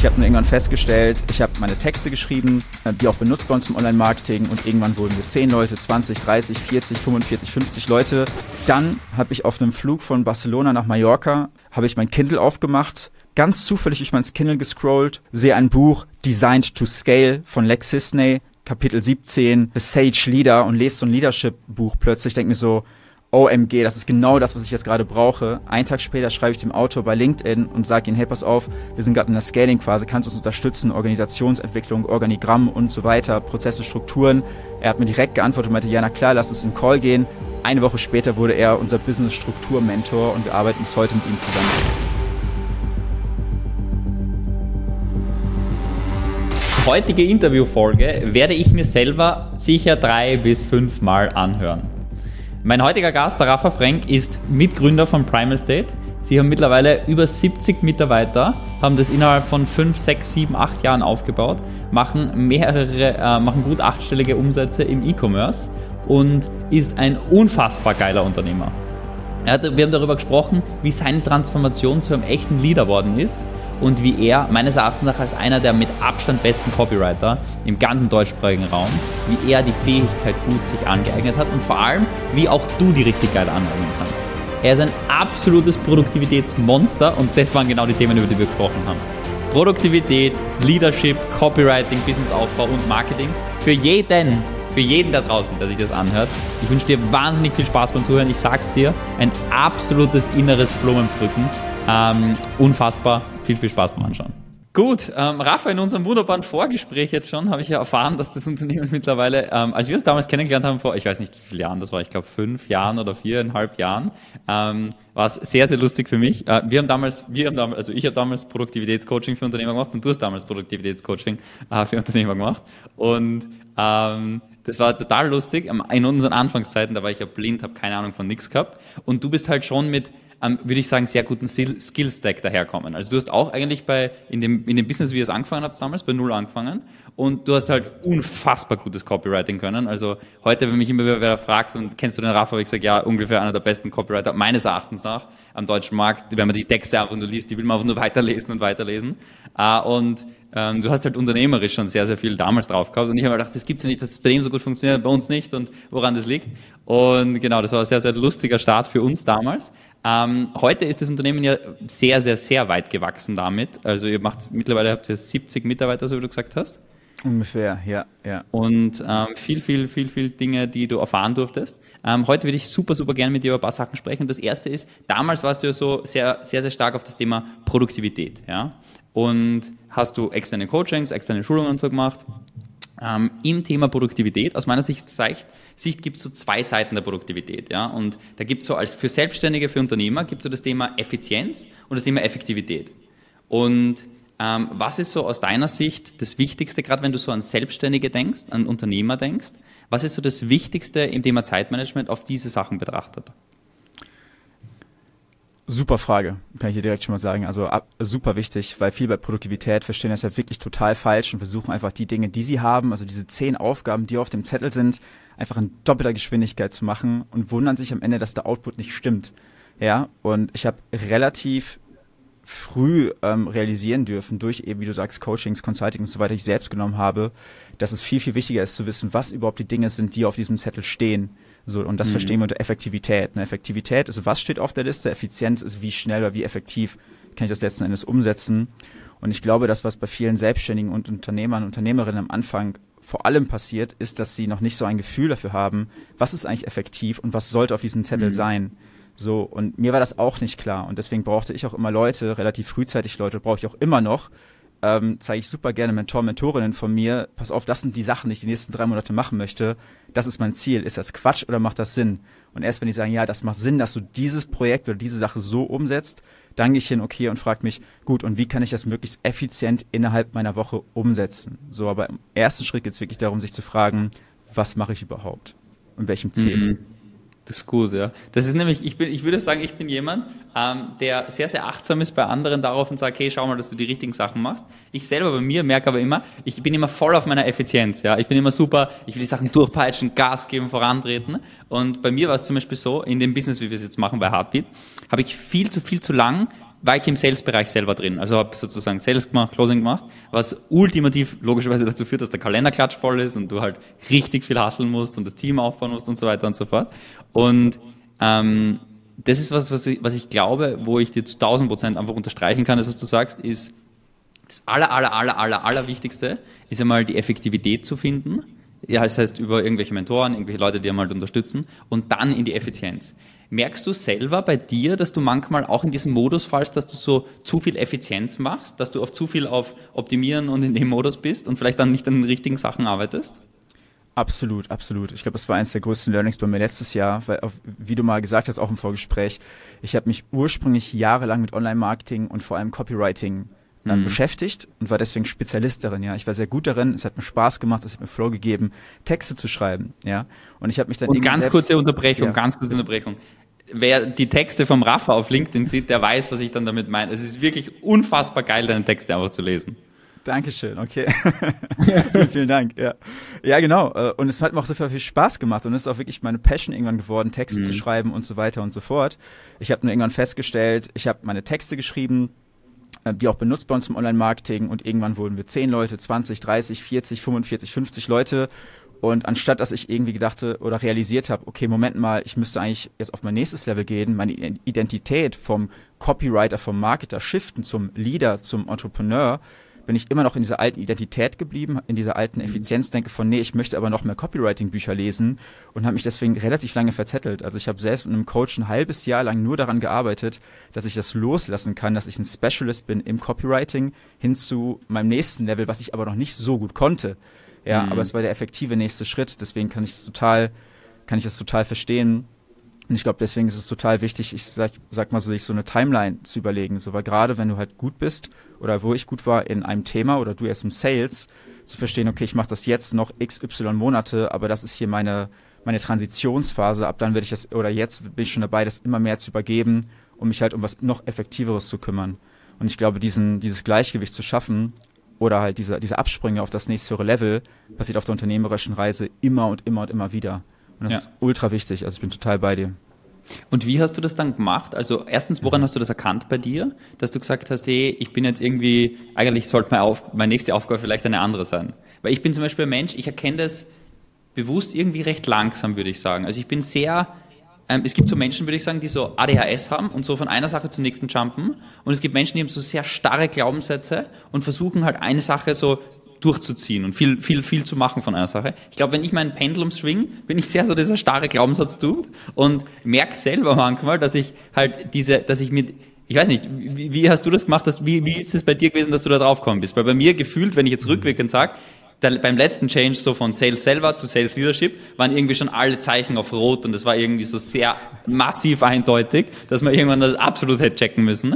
Ich habe dann irgendwann festgestellt, ich habe meine Texte geschrieben, die auch benutzt bei uns im Online-Marketing und irgendwann wurden wir 10 Leute, 20, 30, 40, 45, 50 Leute. Dann habe ich auf einem Flug von Barcelona nach Mallorca, habe ich mein Kindle aufgemacht, ganz zufällig durch mein Kindle gescrollt, sehe ein Buch, Designed to Scale von Lex Sisney, Kapitel 17, The Sage Leader und lese so ein Leadership-Buch plötzlich, denke mir so, OMG, das ist genau das, was ich jetzt gerade brauche. Einen Tag später schreibe ich dem Autor bei LinkedIn und sage ihm, hey, pass auf, wir sind gerade in der Scaling-Phase, kannst du uns unterstützen, Organisationsentwicklung, Organigramm und so weiter, Prozesse, Strukturen. Er hat mir direkt geantwortet und meinte, ja, na klar, lass uns in den Call gehen. Eine Woche später wurde er unser Business-Struktur-Mentor und wir arbeiten bis heute mit ihm zusammen. Heutige Interviewfolge werde ich mir selber sicher 3 bis 5 Mal anhören. Mein heutiger Gast, der Rafa Frenk, ist Mitgründer von Primal State. Sie haben mittlerweile über 70 Mitarbeiter, haben das innerhalb von 5, 6, 7, 8 Jahren aufgebaut, machen gut 8-stellige Umsätze im E-Commerce und ist ein unfassbar geiler Unternehmer. Wir haben darüber gesprochen, wie seine Transformation zu einem echten Leader worden ist und wie er meines Erachtens nach als einer der mit Abstand besten Copywriter im ganzen deutschsprachigen Raum, wie er die Fähigkeit gut sich angeeignet hat und vor allem, wie auch du die richtig geil aneignen kannst. Er ist ein absolutes Produktivitätsmonster und das waren genau die Themen, über die wir gesprochen haben. Produktivität, Leadership, Copywriting, Businessaufbau und Marketing. Für jeden da draußen, der sich das anhört. Ich wünsche dir wahnsinnig viel Spaß beim Zuhören. Ich sag's dir, ein absolutes inneres Blumenpflücken. Unfassbar, viel Spaß beim Anschauen. Gut, Rafa, in unserem wunderbaren Vorgespräch jetzt schon habe ich ja erfahren, dass das Unternehmen mittlerweile, als wir uns damals kennengelernt haben, vor, ich weiß nicht wie viele Jahren das war, ich glaube 5 Jahren oder 4,5 Jahren, war es sehr, sehr lustig für mich. Ich habe damals Produktivitätscoaching für Unternehmer gemacht und du hast damals Produktivitätscoaching für Unternehmer gemacht und das war total lustig. In unseren Anfangszeiten, da war ich ja blind, habe keine Ahnung von nichts gehabt und du bist halt schon mit würde ich sagen, sehr guten Skill-Stack daherkommen. Also du hast auch eigentlich in dem Business, wie ihr es angefangen habt damals, bei Null angefangen und du hast halt unfassbar gutes Copywriting können. Also heute, wenn mich immer wieder wer fragt, und kennst du den Rafa, habe ich gesagt, ja, ungefähr einer der besten Copywriter, meines Erachtens nach, am deutschen Markt, wenn man die Texte einfach nur liest, die will man einfach nur weiterlesen und weiterlesen. Du hast halt unternehmerisch schon sehr, sehr viel damals drauf gehabt und ich habe mir gedacht, das gibt's ja nicht, dass es bei dem so gut funktioniert, bei uns nicht und woran das liegt. Und genau, das war ein sehr, sehr lustiger Start für uns damals. Heute ist das Unternehmen ja sehr, sehr, sehr weit gewachsen damit. Also mittlerweile habt ihr 70 Mitarbeiter, so wie du gesagt hast. Ungefähr, ja. Und viel Dinge, die du erfahren durftest. Heute würde ich super, super gerne mit dir über ein paar Sachen sprechen. Und das erste ist, damals warst du ja so sehr, sehr, sehr stark auf das Thema Produktivität, ja. Und hast du externe Coachings, externe Schulungen und so gemacht. Im Thema Produktivität, aus meiner Sicht gibt es so 2 Seiten der Produktivität. Ja? Und da gibt es so für Selbstständige, für Unternehmer, gibt es so das Thema Effizienz und das Thema Effektivität. Und was ist so aus deiner Sicht das Wichtigste, gerade wenn du so an Selbstständige denkst, an Unternehmer denkst, was ist so das Wichtigste im Thema Zeitmanagement auf diese Sachen betrachtet? Super Frage, kann ich hier direkt schon mal sagen. Also super wichtig, weil viele bei Produktivität verstehen das ja wirklich total falsch und versuchen einfach die Dinge, die sie haben, also diese 10 Aufgaben, die auf dem Zettel sind, einfach in doppelter Geschwindigkeit zu machen und wundern sich am Ende, dass der Output nicht stimmt. Ja, und ich habe relativ früh realisieren dürfen, durch eben, wie du sagst, Coachings, Consulting und so weiter, die ich selbst genommen habe, dass es viel, viel wichtiger ist zu wissen, was überhaupt die Dinge sind, die auf diesem Zettel stehen. So, und das verstehen wir unter Effektivität. Ne? Effektivität ist, was steht auf der Liste, Effizienz ist, wie schnell oder wie effektiv kann ich das letzten Endes umsetzen. Und ich glaube, das, was bei vielen Selbstständigen und Unternehmern und Unternehmerinnen am Anfang vor allem passiert, ist, dass sie noch nicht so ein Gefühl dafür haben, was ist eigentlich effektiv und was sollte auf diesem Zettel sein. So, und mir war das auch nicht klar. Und deswegen brauchte ich auch immer Leute, relativ frühzeitig Leute, brauche ich auch immer noch, zeige ich super gerne Mentorinnen von mir, pass auf, das sind die Sachen, die ich die nächsten 3 Monate machen möchte, das ist mein Ziel, ist das Quatsch oder macht das Sinn? Und erst wenn die sagen, ja, das macht Sinn, dass du dieses Projekt oder diese Sache so umsetzt, dann gehe ich hin, okay, und frage mich, gut, und wie kann ich das möglichst effizient innerhalb meiner Woche umsetzen? So, aber im ersten Schritt geht es wirklich darum, sich zu fragen, was mache ich überhaupt? Und welchem Ziel? Das ist gut, ja. Das ist nämlich, ich würde sagen, ich bin jemand, der sehr, sehr achtsam ist bei anderen darauf und sagt, hey, schau mal, dass du die richtigen Sachen machst. Ich selber bei mir merke aber immer, ich bin immer voll auf meiner Effizienz, ja. Ich bin immer super, ich will die Sachen durchpeitschen, Gas geben, vorantreten. Und bei mir war es zum Beispiel so, in dem Business, wie wir es jetzt machen bei Heartbeat, habe ich viel zu lang war ich im Sales-Bereich selber drin. Also habe sozusagen Sales gemacht, Closing gemacht, was ultimativ logischerweise dazu führt, dass der Kalender klatschvoll ist und du halt richtig viel hustlen musst und das Team aufbauen musst und so weiter und so fort. Und das ist was ich glaube, wo ich dir zu 1000% einfach unterstreichen kann, das, was du sagst, ist das Allerwichtigste, ist einmal die Effektivität zu finden. Ja, das heißt, über irgendwelche Mentoren, irgendwelche Leute, die einmal unterstützen und dann in die Effizienz. Merkst du selber bei dir, dass du manchmal auch in diesem Modus fallst, dass du so zu viel Effizienz machst, dass du auf zu viel auf Optimieren und in dem Modus bist und vielleicht dann nicht an den richtigen Sachen arbeitest? Absolut. Ich glaube, das war eines der größten Learnings bei mir letztes Jahr, weil, wie du mal gesagt hast, auch im Vorgespräch, ich habe mich ursprünglich jahrelang mit Online-Marketing und vor allem Copywriting beschäftigt und war deswegen Spezialist darin, ja. Ich war sehr gut darin, es hat mir Spaß gemacht, es hat mir Flow gegeben, Texte zu schreiben, ja. Und ich habe mich dann und ganz kurze Unterbrechung. Wer die Texte vom Rafa auf LinkedIn sieht, der weiß, was ich dann damit meine. Es ist wirklich unfassbar geil, deine Texte einfach zu lesen. Dankeschön, okay. Vielen Dank, ja. Ja, genau. Und es hat mir auch so viel Spaß gemacht und es ist auch wirklich meine Passion irgendwann geworden, Texte zu schreiben und so weiter und so fort. Ich habe nur irgendwann festgestellt, ich habe meine Texte geschrieben, die auch benutzt bei uns im Online-Marketing und irgendwann wurden wir 10 Leute, 20, 30, 40, 45, 50 Leute und anstatt, dass ich irgendwie gedachte oder realisiert habe, okay, Moment mal, ich müsste eigentlich jetzt auf mein nächstes Level gehen, meine Identität vom Copywriter, vom Marketer shiften zum Leader, zum Entrepreneur, bin ich immer noch in dieser alten Identität geblieben, in dieser alten Effizienzdenke von, nee, ich möchte aber noch mehr Copywriting-Bücher lesen und habe mich deswegen relativ lange verzettelt. Also ich habe selbst mit einem Coach ein halbes Jahr lang nur daran gearbeitet, dass ich das loslassen kann, dass ich ein Specialist bin im Copywriting hin zu meinem nächsten Level, was ich aber noch nicht so gut konnte. Ja, aber es war der effektive nächste Schritt, deswegen kann ich das total verstehen. Und ich glaube, deswegen ist es total wichtig, ich sag mal so, sich so eine Timeline zu überlegen. So, weil gerade wenn du halt gut bist oder wo ich gut war in einem Thema oder du erst im Sales, zu verstehen, okay, ich mache das jetzt noch XY Monate, aber das ist hier meine Transitionsphase. Ab dann jetzt bin ich schon dabei, das immer mehr zu übergeben, um mich halt um was noch Effektiveres zu kümmern. Und ich glaube, dieses Gleichgewicht zu schaffen oder halt diese Absprünge auf das nächsthöhere Level passiert auf der unternehmerischen Reise immer und immer und immer wieder. Und das ist ultra wichtig. Also ich bin total bei dir. Und wie hast du das dann gemacht? Also erstens, woran hast du das erkannt bei dir, dass du gesagt hast, hey, ich bin jetzt irgendwie, eigentlich sollte meine nächste Aufgabe vielleicht eine andere sein. Weil ich bin zum Beispiel ein Mensch, ich erkenne das bewusst irgendwie recht langsam, würde ich sagen. Also ich bin sehr, es gibt so Menschen, würde ich sagen, die so ADHS haben und so von einer Sache zur nächsten jumpen. Und es gibt Menschen, die haben so sehr starre Glaubenssätze und versuchen halt eine Sache so durchzuziehen und viel zu machen von einer Sache. Ich glaube, wenn ich meinen Pendulum swing, bin ich sehr so dieser starre Glaubenssatz-Dude und merke selber manchmal, dass ich halt ich weiß nicht, wie hast du das gemacht, wie ist es bei dir gewesen, dass du da drauf gekommen bist? Weil bei mir gefühlt, wenn ich jetzt rückwirkend sage, beim letzten Change so von Sales selber zu Sales Leadership waren irgendwie schon alle Zeichen auf Rot und das war irgendwie so sehr massiv eindeutig, dass man irgendwann das absolut hätte checken müssen.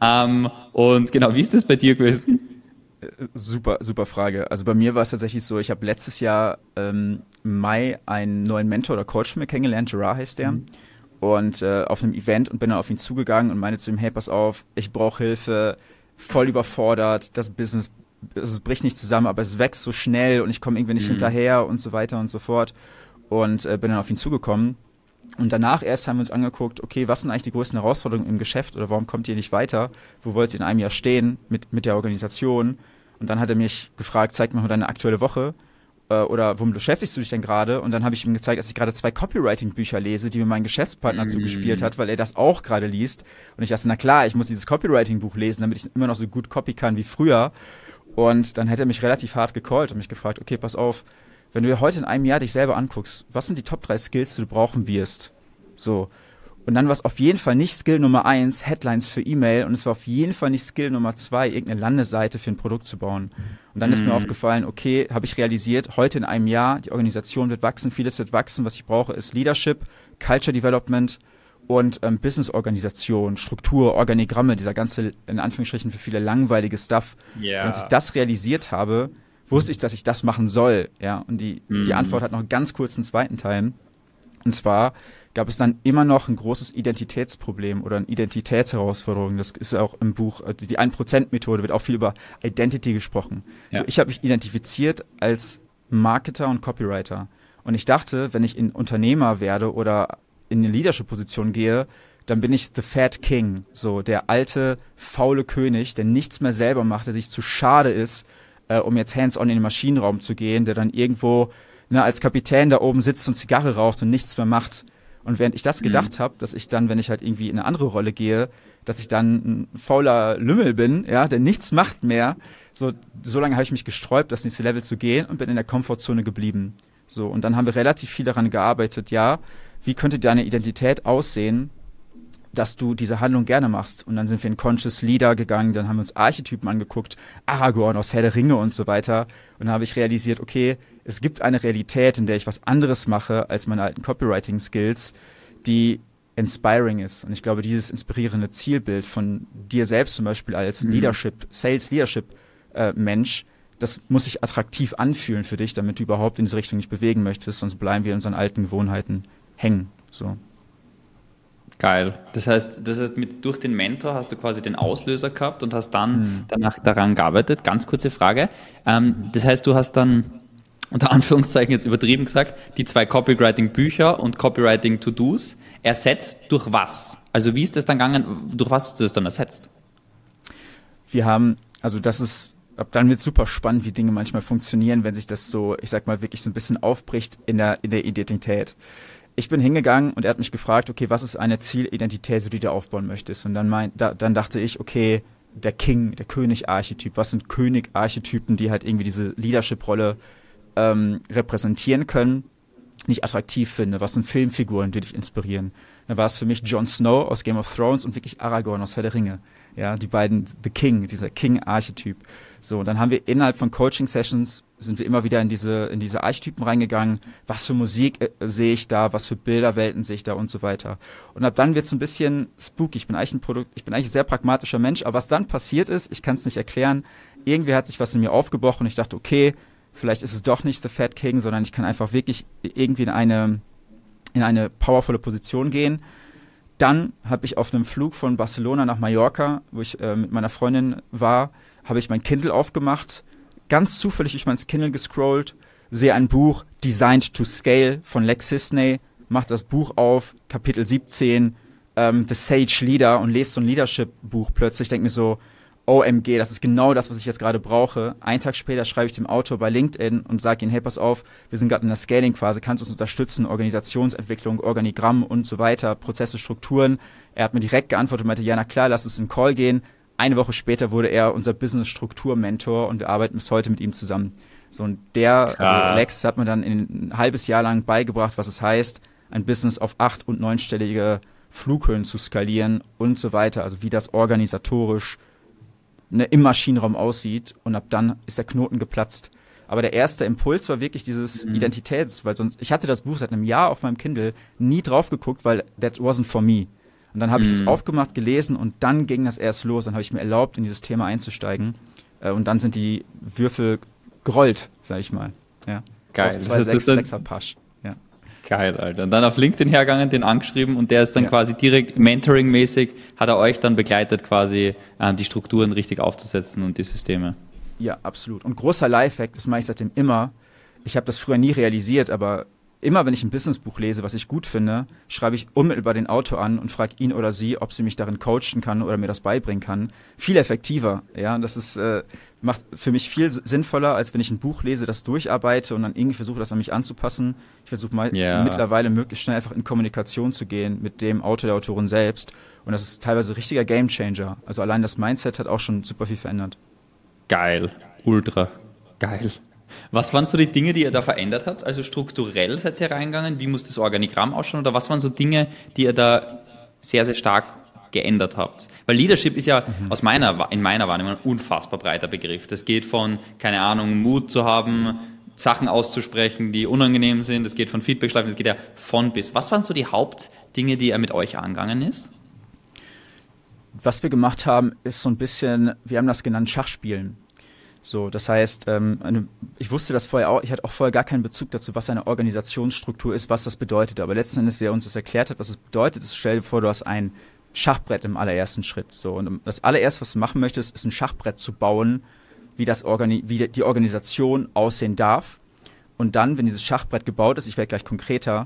Und genau, wie ist das bei dir gewesen? Super Frage. Also bei mir war es tatsächlich so, ich habe letztes Jahr im Mai einen neuen Mentor oder Coach von mir kennengelernt, Gerard heißt der, und auf einem Event und bin dann auf ihn zugegangen und meinte zu ihm, hey, pass auf, ich brauche Hilfe, voll überfordert, das Business, es bricht nicht zusammen, aber es wächst so schnell und ich komme irgendwie nicht hinterher und so weiter und so fort und bin dann auf ihn zugekommen. Und danach erst haben wir uns angeguckt, okay, was sind eigentlich die größten Herausforderungen im Geschäft oder warum kommt ihr nicht weiter? Wo wollt ihr in einem Jahr stehen mit der Organisation? Und dann hat er mich gefragt, zeig mir mal deine aktuelle Woche oder womit beschäftigst du dich denn gerade? Und dann habe ich ihm gezeigt, dass ich gerade 2 Copywriting-Bücher lese, die mir mein Geschäftspartner zugespielt hat, weil er das auch gerade liest. Und ich dachte, na klar, ich muss dieses Copywriting-Buch lesen, damit ich immer noch so gut copy kann wie früher. Und dann hat er mich relativ hart gecallt und mich gefragt, okay, pass auf, wenn du dir heute in einem Jahr dich selber anguckst, was sind die Top 3 Skills, die du brauchen wirst? So. Und dann war es auf jeden Fall nicht Skill Nummer 1, Headlines für E-Mail, und es war auf jeden Fall nicht Skill Nummer 2, irgendeine Landeseite für ein Produkt zu bauen. Und dann ist mir aufgefallen, okay, habe ich realisiert, heute in einem Jahr, die Organisation wird wachsen, vieles wird wachsen, was ich brauche ist Leadership, Culture Development und Business-Organisation, Struktur, Organigramme, dieser ganze, in Anführungsstrichen für viele langweilige Stuff. Yeah. Und als ich das realisiert habe, wusste ich, dass ich das machen soll. Ja, und die Antwort hat noch einen ganz kurzen zweiten Teil. Und zwar gab es dann immer noch ein großes Identitätsproblem oder eine Identitätsherausforderung. Das ist auch im Buch, die 1%-Methode wird auch viel über Identity gesprochen. Ja. So, ich habe mich identifiziert als Marketer und Copywriter. Und ich dachte, wenn ich in Unternehmer werde oder in eine Leadership-Position gehe, dann bin ich the Fat King, so der alte, faule König, der nichts mehr selber macht, der sich zu schade ist, um jetzt hands-on in den Maschinenraum zu gehen, der dann irgendwo als Kapitän da oben sitzt und Zigarre raucht und nichts mehr macht. Und während ich das gedacht habe, dass ich dann, wenn ich halt irgendwie in eine andere Rolle gehe, dass ich dann ein fauler Lümmel bin, ja, der nichts macht mehr, so lange habe ich mich gesträubt, das nächste Level zu gehen und bin in der Komfortzone geblieben. So, und dann haben wir relativ viel daran gearbeitet, ja, wie könnte deine Identität aussehen, dass du diese Handlung gerne machst. Und dann sind wir in Conscious Leader gegangen, dann haben wir uns Archetypen angeguckt, Aragorn aus Herr der Ringe und so weiter. Und dann habe ich realisiert, okay, es gibt eine Realität, in der ich was anderes mache als meine alten Copywriting-Skills, die inspiring ist. Und ich glaube, dieses inspirierende Zielbild von dir selbst zum Beispiel als Sales-Leadership-Mensch, das muss sich attraktiv anfühlen für dich, damit du überhaupt in diese Richtung nicht bewegen möchtest, sonst bleiben wir in unseren alten Gewohnheiten hängen. So. Geil. Das heißt durch den Mentor hast du quasi den Auslöser gehabt und hast dann danach daran gearbeitet. Ganz kurze Frage. Das heißt, du hast dann unter Anführungszeichen jetzt übertrieben gesagt, die 2 Copywriting-Bücher und Copywriting-To-Dos ersetzt durch was? Also wie ist das dann gegangen? Durch was hast du das dann ersetzt? Wir haben, also das ist, dann wird super spannend, wie Dinge manchmal funktionieren, wenn sich das so, ich sag mal, wirklich so ein bisschen aufbricht in der Identität. Ich bin hingegangen und er hat mich gefragt, okay, was ist eine Zielidentität, die du aufbauen möchtest? Und dann dachte ich, okay, der König-Archetyp, was sind König-Archetypen, die halt irgendwie diese Leadership-Rolle repräsentieren können, die ich attraktiv finde? Was sind Filmfiguren, die dich inspirieren? Da war es für mich Jon Snow aus Game of Thrones und wirklich Aragorn aus Herr der Ringe. Ja, die beiden, The King, dieser King-Archetyp. So, und dann haben wir innerhalb von Coaching-Sessions sind wir immer wieder in diese Archetypen reingegangen. Was für Musik sehe ich da? Was für Bilderwelten sehe ich da und so weiter. Und ab dann wird es ein bisschen spooky. Ich bin eigentlich ein sehr pragmatischer Mensch, aber was dann passiert ist, ich kann es nicht erklären. Irgendwie hat sich was in mir aufgebrochen und ich dachte, okay, vielleicht ist es doch nicht The Fat King, sondern ich kann einfach wirklich irgendwie in eine powervolle Position gehen. Dann habe ich auf einem Flug von Barcelona nach Mallorca, wo ich mit meiner Freundin war, habe ich mein Kindle aufgemacht, ganz zufällig durch mein Kindle gescrollt, sehe ein Buch, Designed to Scale von Lex Sisney, mache das Buch auf, Kapitel 17, The Sage Leader und lese so ein Leadership-Buch plötzlich, denke mir so, OMG, das ist genau das, was ich jetzt gerade brauche. Einen Tag später schreibe ich dem Autor bei LinkedIn und sage ihm, hey, pass auf, wir sind gerade in der Scaling-Phase, kannst du uns unterstützen, Organisationsentwicklung, Organigramm und so weiter, Prozesse, Strukturen. Er hat mir direkt geantwortet und meinte, ja, na klar, lass uns in den Call gehen. Eine Woche später wurde er unser Business-Struktur-Mentor und wir arbeiten bis heute mit ihm zusammen. So, und also Lex hat mir dann ein halbes Jahr lang beigebracht, was es heißt, ein Business auf 8- und 9-stellige Flughöhen zu skalieren und so weiter. Also wie das organisatorisch im Maschinenraum aussieht, und ab dann ist der Knoten geplatzt. Aber der erste Impuls war wirklich dieses Identitäts, weil sonst, ich hatte das Buch seit einem Jahr auf meinem Kindle, nie drauf geguckt, weil that wasn't for me. Und dann habe ich es aufgemacht, gelesen und dann ging das erst los. Dann habe ich mir erlaubt, in dieses Thema einzusteigen. Und dann sind die Würfel gerollt, sag ich mal. Ja. Geil. Auf 2, 6, 6er Pasch. Ja. Geil, Alter. Und dann auf LinkedIn hergegangen, den angeschrieben und der ist dann quasi direkt Mentoring-mäßig, hat er euch dann begleitet, quasi die Strukturen richtig aufzusetzen und die Systeme. Ja, absolut. Und großer Lifehack, das mache ich seitdem immer. Ich habe das früher nie realisiert, aber immer, wenn ich ein Businessbuch lese, was ich gut finde, schreibe ich unmittelbar den Autor an und frage ihn oder sie, ob sie mich darin coachen kann oder mir das beibringen kann. Viel effektiver, ja. Und das ist, macht für mich viel sinnvoller, als wenn ich ein Buch lese, das durcharbeite und dann irgendwie versuche, das an mich anzupassen. Ich versuche mittlerweile möglichst schnell einfach in Kommunikation zu gehen mit dem Autor, der Autorin selbst. Und das ist teilweise ein richtiger Gamechanger. Also allein das Mindset hat auch schon super viel verändert. Geil. Ultra. Geil. Was waren so die Dinge, die ihr da verändert habt? Also strukturell seid ihr reingegangen? Wie muss das Organigramm ausschauen? Oder was waren so Dinge, die ihr da sehr, sehr stark geändert habt? Weil Leadership ist ja in meiner Wahrnehmung ein unfassbar breiter Begriff. Das geht von, keine Ahnung, Mut zu haben, Sachen auszusprechen, die unangenehm sind. Das geht von Feedback schreiben, das geht ja von bis. Was waren so die Hauptdinge, die er mit euch angegangen ist? Was wir gemacht haben, ist so ein bisschen, wir haben das genannt Schachspielen. So, das heißt, ich wusste das vorher auch, ich hatte auch vorher gar keinen Bezug dazu, was eine Organisationsstruktur ist, was das bedeutet. Aber letzten Endes, wer uns das erklärt hat, was es bedeutet, ist, stell dir vor, du hast ein Schachbrett im allerersten Schritt. So, und das allererste, was du machen möchtest, ist ein Schachbrett zu bauen, wie die Organisation aussehen darf. Und dann, wenn dieses Schachbrett gebaut ist, ich werde gleich konkreter,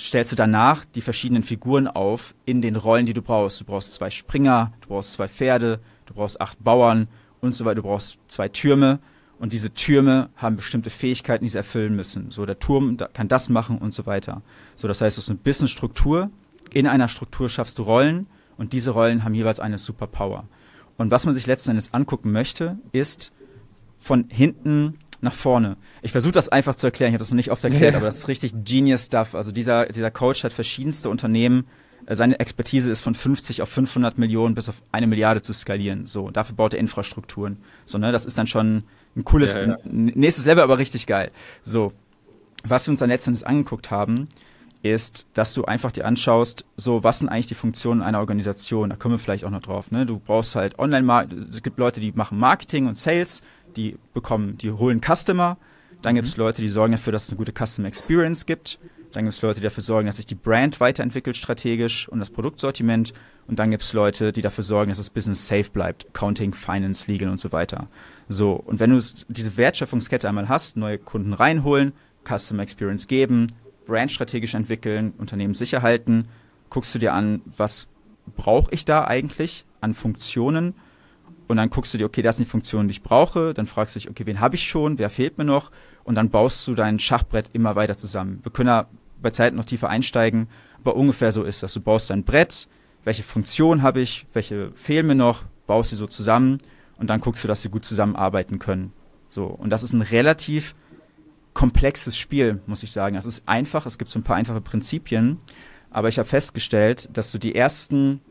stellst du danach die verschiedenen Figuren auf in den Rollen, die du brauchst. Du brauchst 2 Springer, du brauchst 2 Pferde, du brauchst 8 Bauern und so weiter. Du brauchst 2 Türme und diese Türme haben bestimmte Fähigkeiten, die sie erfüllen müssen. So, der Turm kann das machen und so weiter. So, das heißt, du hast eine Business-Struktur. In einer Struktur schaffst du Rollen und diese Rollen haben jeweils eine Superpower. Und was man sich letzten Endes angucken möchte, ist von hinten nach vorne. Ich versuche das einfach zu erklären, ich habe das noch nicht oft erklärt, aber das ist richtig genius Stuff. Also dieser Coach hat verschiedenste Unternehmen, seine Expertise ist von 50 auf 500 Millionen bis auf 1 Milliarde zu skalieren. So, dafür baut er Infrastrukturen. So, ne, das ist dann schon ein cooles, nächstes Level, aber richtig geil. So, was wir uns dann letztendlich angeguckt haben, ist, dass du einfach dir anschaust, so, was sind eigentlich die Funktionen einer Organisation? Da kommen wir vielleicht auch noch drauf, ne? Du brauchst halt es gibt Leute, die machen Marketing und Sales, die holen Customer. Dann gibt es Leute, die sorgen dafür, dass es eine gute Customer Experience gibt. Dann gibt es Leute, die dafür sorgen, dass sich die Brand weiterentwickelt strategisch und das Produktsortiment. Und dann gibt es Leute, die dafür sorgen, dass das Business safe bleibt. Accounting, Finance, Legal und so weiter. So, und wenn du diese Wertschöpfungskette einmal hast, neue Kunden reinholen, Customer Experience geben, Brand strategisch entwickeln, Unternehmen sicher halten, guckst du dir an, was brauche ich da eigentlich an Funktionen? Und dann guckst du dir, okay, das sind die Funktionen, die ich brauche. Dann fragst du dich, okay, wen habe ich schon, wer fehlt mir noch? Und dann baust du dein Schachbrett immer weiter zusammen. Wir können da bei Zeiten noch tiefer einsteigen, aber ungefähr so ist das. Du baust dein Brett, welche Funktion habe ich, welche fehlen mir noch, baust sie so zusammen und dann guckst du, dass sie gut zusammenarbeiten können. So, und das ist ein relativ komplexes Spiel, muss ich sagen. Es ist einfach, es gibt so ein paar einfache Prinzipien, aber ich habe festgestellt, dass du die ersten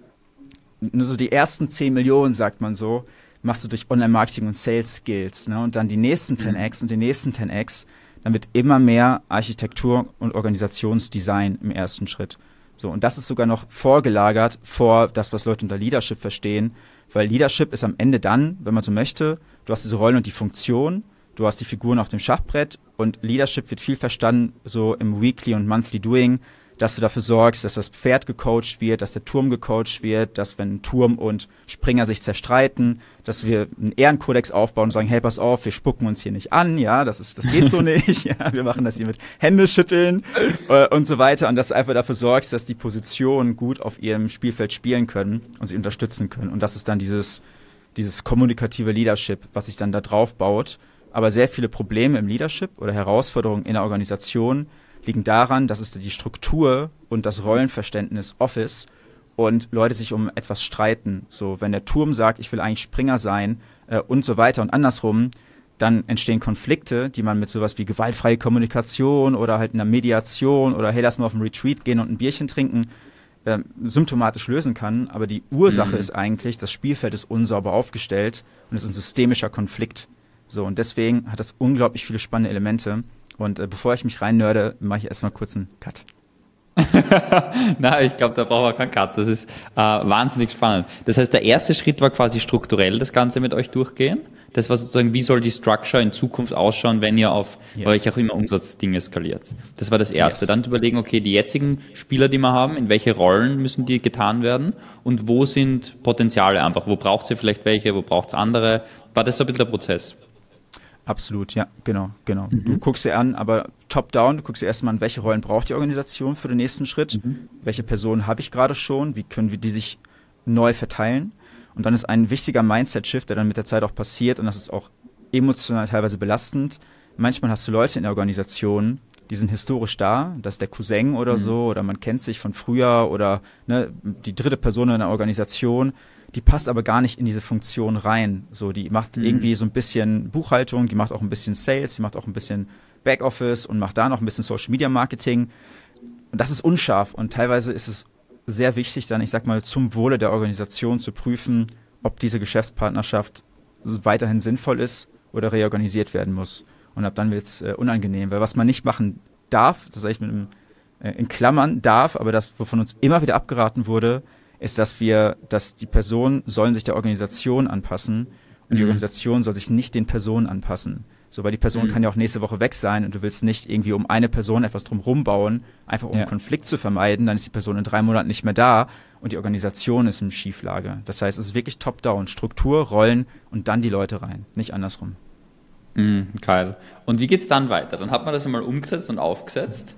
10 Millionen, sagt man so, machst du durch Online-Marketing und Sales-Skills, ne? Und dann die nächsten 10x und die nächsten 10x, dann wird immer mehr Architektur und Organisationsdesign im ersten Schritt. So, und das ist sogar noch vorgelagert vor das, was Leute unter Leadership verstehen, weil Leadership ist am Ende dann, wenn man so möchte, du hast diese Rollen und die Funktion, du hast die Figuren auf dem Schachbrett und Leadership wird viel verstanden so im Weekly und Monthly Doing, dass du dafür sorgst, dass das Pferd gecoacht wird, dass der Turm gecoacht wird, dass wenn Turm und Springer sich zerstreiten, dass wir einen Ehrenkodex aufbauen und sagen, hey, pass auf, wir spucken uns hier nicht an, ja, das geht so nicht, ja, wir machen das hier mit Händeschütteln und so weiter und dass du einfach dafür sorgst, dass die Positionen gut auf ihrem Spielfeld spielen können und sie unterstützen können und das ist dann dieses kommunikative Leadership, was sich dann da drauf baut, aber sehr viele Probleme im Leadership oder Herausforderungen in der Organisation liegen daran, dass es die Struktur und das Rollenverständnis off ist und Leute sich um etwas streiten. So, wenn der Turm sagt, ich will eigentlich Springer sein und so weiter und andersrum, dann entstehen Konflikte, die man mit sowas wie gewaltfreie Kommunikation oder halt einer Mediation oder hey, lass mal auf einen Retreat gehen und ein Bierchen trinken, symptomatisch lösen kann. Aber die Ursache ist eigentlich, das Spielfeld ist unsauber aufgestellt und es ist ein systemischer Konflikt. So, und deswegen hat das unglaublich viele spannende Elemente. Und bevor ich mich reinnörde, mache ich erstmal kurz einen Cut. Nein, ich glaube, da brauchen wir keinen Cut. Das ist wahnsinnig spannend. Das heißt, der erste Schritt war quasi strukturell das Ganze mit euch durchgehen. Das war sozusagen, wie soll die Structure in Zukunft ausschauen, wenn ihr auf welche auch immer Umsatzdinge skaliert. Das war das Erste. Dann überlegen, okay, die jetzigen Spieler, die wir haben, in welche Rollen müssen die getan werden und wo sind Potenziale einfach? Wo braucht ihr vielleicht welche, wo braucht es andere? War das so ein bisschen der Prozess? Absolut, ja, genau. Du guckst dir an, aber top-down, du guckst dir erstmal an, welche Rollen braucht die Organisation für den nächsten Schritt, welche Personen habe ich gerade schon, wie können wir die sich neu verteilen und dann ist ein wichtiger Mindset-Shift, der dann mit der Zeit auch passiert und das ist auch emotional teilweise belastend. Manchmal hast du Leute in der Organisation, die sind historisch da, das ist der Cousin oder so oder man kennt sich von früher oder ne, die dritte Person in der Organisation, die passt aber gar nicht in diese Funktion rein. So, die macht irgendwie so ein bisschen Buchhaltung, die macht auch ein bisschen Sales, die macht auch ein bisschen Backoffice und macht da noch ein bisschen Social Media Marketing. Und das ist unscharf und teilweise ist es sehr wichtig, dann, ich sag mal, zum Wohle der Organisation zu prüfen, ob diese Geschäftspartnerschaft weiterhin sinnvoll ist oder reorganisiert werden muss. Und ab dann wird es unangenehm, weil was man nicht machen darf, das sage ich mit einem in Klammern darf, aber das, wovon uns immer wieder abgeraten wurde, ist, dass die Personen sollen sich der Organisation anpassen und die Organisation soll sich nicht den Personen anpassen. So, weil die Person kann ja auch nächste Woche weg sein und du willst nicht irgendwie um eine Person etwas drumherum bauen, einfach um Konflikt zu vermeiden, dann ist die Person in 3 Monaten nicht mehr da und die Organisation ist in Schieflage. Das heißt, es ist wirklich top-down, Struktur, Rollen und dann die Leute rein, nicht andersrum. Geil. Und wie geht's dann weiter? Dann hat man das einmal umgesetzt und aufgesetzt.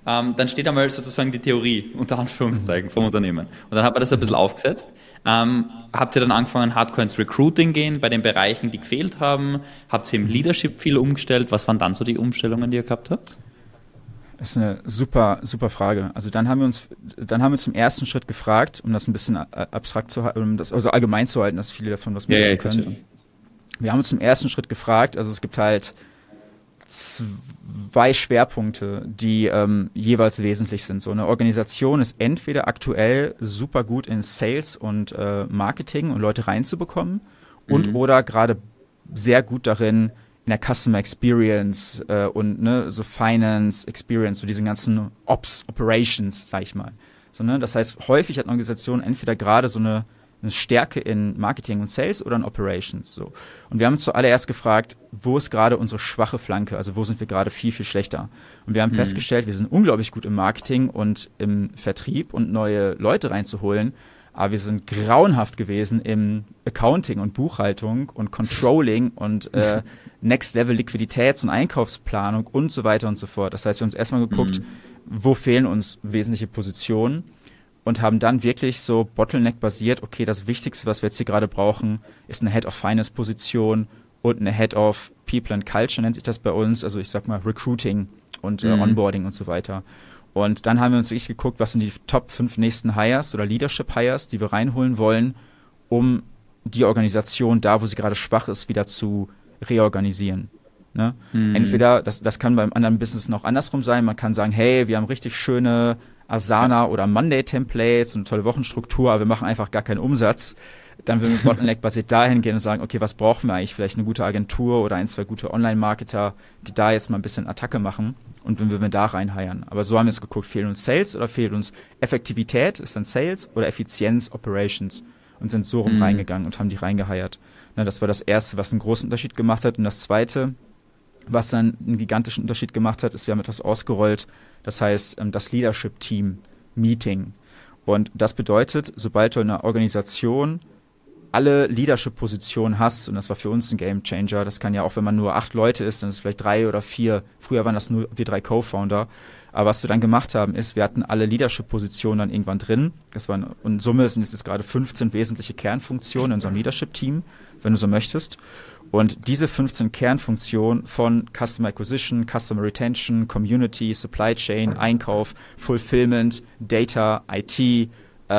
dann steht einmal sozusagen die Theorie, unter Anführungszeichen, vom Unternehmen. Und dann hat man das ein bisschen aufgesetzt. Habt ihr dann angefangen, hardcore ins Recruiting gehen, bei den Bereichen, die gefehlt haben? Habt ihr im Leadership viel umgestellt? Was waren dann so die Umstellungen, die ihr gehabt habt? Das ist eine super, super Frage. Also dann haben wir zum ersten Schritt gefragt, um das ein bisschen abstrakt zu halten, um das also allgemein zu halten, dass viele davon was mitnehmen können. Verstehe. Wir haben uns zum ersten Schritt gefragt, also es gibt halt 2 Schwerpunkte, die jeweils wesentlich sind. So eine Organisation ist entweder aktuell super gut in Sales und Marketing und Leute reinzubekommen und oder gerade sehr gut darin, in der Customer Experience und so Finance Experience, so diese ganzen Operations, sag ich mal. So, das heißt, häufig hat eine Organisation entweder gerade so eine Stärke in Marketing und Sales oder in Operations. So. Und wir haben uns zuallererst gefragt, wo ist gerade unsere schwache Flanke? Also wo sind wir gerade viel, viel schlechter? Und wir haben festgestellt, wir sind unglaublich gut im Marketing und im Vertrieb und neue Leute reinzuholen. Aber wir sind grauenhaft gewesen im Accounting und Buchhaltung und Controlling und Next-Level-Liquiditäts- und Einkaufsplanung und so weiter und so fort. Das heißt, wir haben uns erstmal geguckt, wo fehlen uns wesentliche Positionen und haben dann wirklich so Bottleneck-basiert, okay, das Wichtigste, was wir jetzt hier gerade brauchen, ist eine Head-of-Finance-Position und eine Head-of People and Culture, nennt sich das bei uns, also ich sag mal Recruiting und Onboarding und so weiter. Und dann haben wir uns wirklich geguckt, was sind die Top 5 nächsten Hires oder Leadership Hires, die wir reinholen wollen, um die Organisation da, wo sie gerade schwach ist, wieder zu reorganisieren. Ne? Entweder, das kann beim anderen Business noch andersrum sein, man kann sagen, hey, wir haben richtig schöne Asana oder Monday-Templates und eine tolle Wochenstruktur, aber wir machen einfach gar keinen Umsatz. Dann würden wir Bottleneck-basiert dahin gehen und sagen, okay, was brauchen wir eigentlich? Vielleicht eine gute Agentur oder 1, 2 gute Online-Marketer, die da jetzt mal ein bisschen Attacke machen und wenn wir da reinheiern. Aber so haben wir jetzt geguckt, fehlt uns Sales oder fehlt uns Effektivität, ist dann Sales oder Effizienz, Operations und sind so rum reingegangen und haben die reingeheiert. Na, das war das Erste, was einen großen Unterschied gemacht hat. Und das Zweite, was dann einen gigantischen Unterschied gemacht hat, ist, wir haben etwas ausgerollt, das heißt das Leadership-Team-Meeting. Und das bedeutet, sobald du in einer Organisation alle Leadership-Positionen hast, und das war für uns ein Game-Changer, das kann ja auch, wenn man nur 8 Leute ist, dann ist es vielleicht 3 oder 4, früher waren das nur wir 3 Co-Founder, aber was wir dann gemacht haben, ist, wir hatten alle Leadership-Positionen dann irgendwann drin, das waren, in Summe sind es jetzt gerade 15 wesentliche Kernfunktionen in unserem Leadership-Team, wenn du so möchtest. Und diese 15 Kernfunktionen von Customer Acquisition, Customer Retention, Community, Supply Chain, Einkauf, Fulfillment, Data, IT,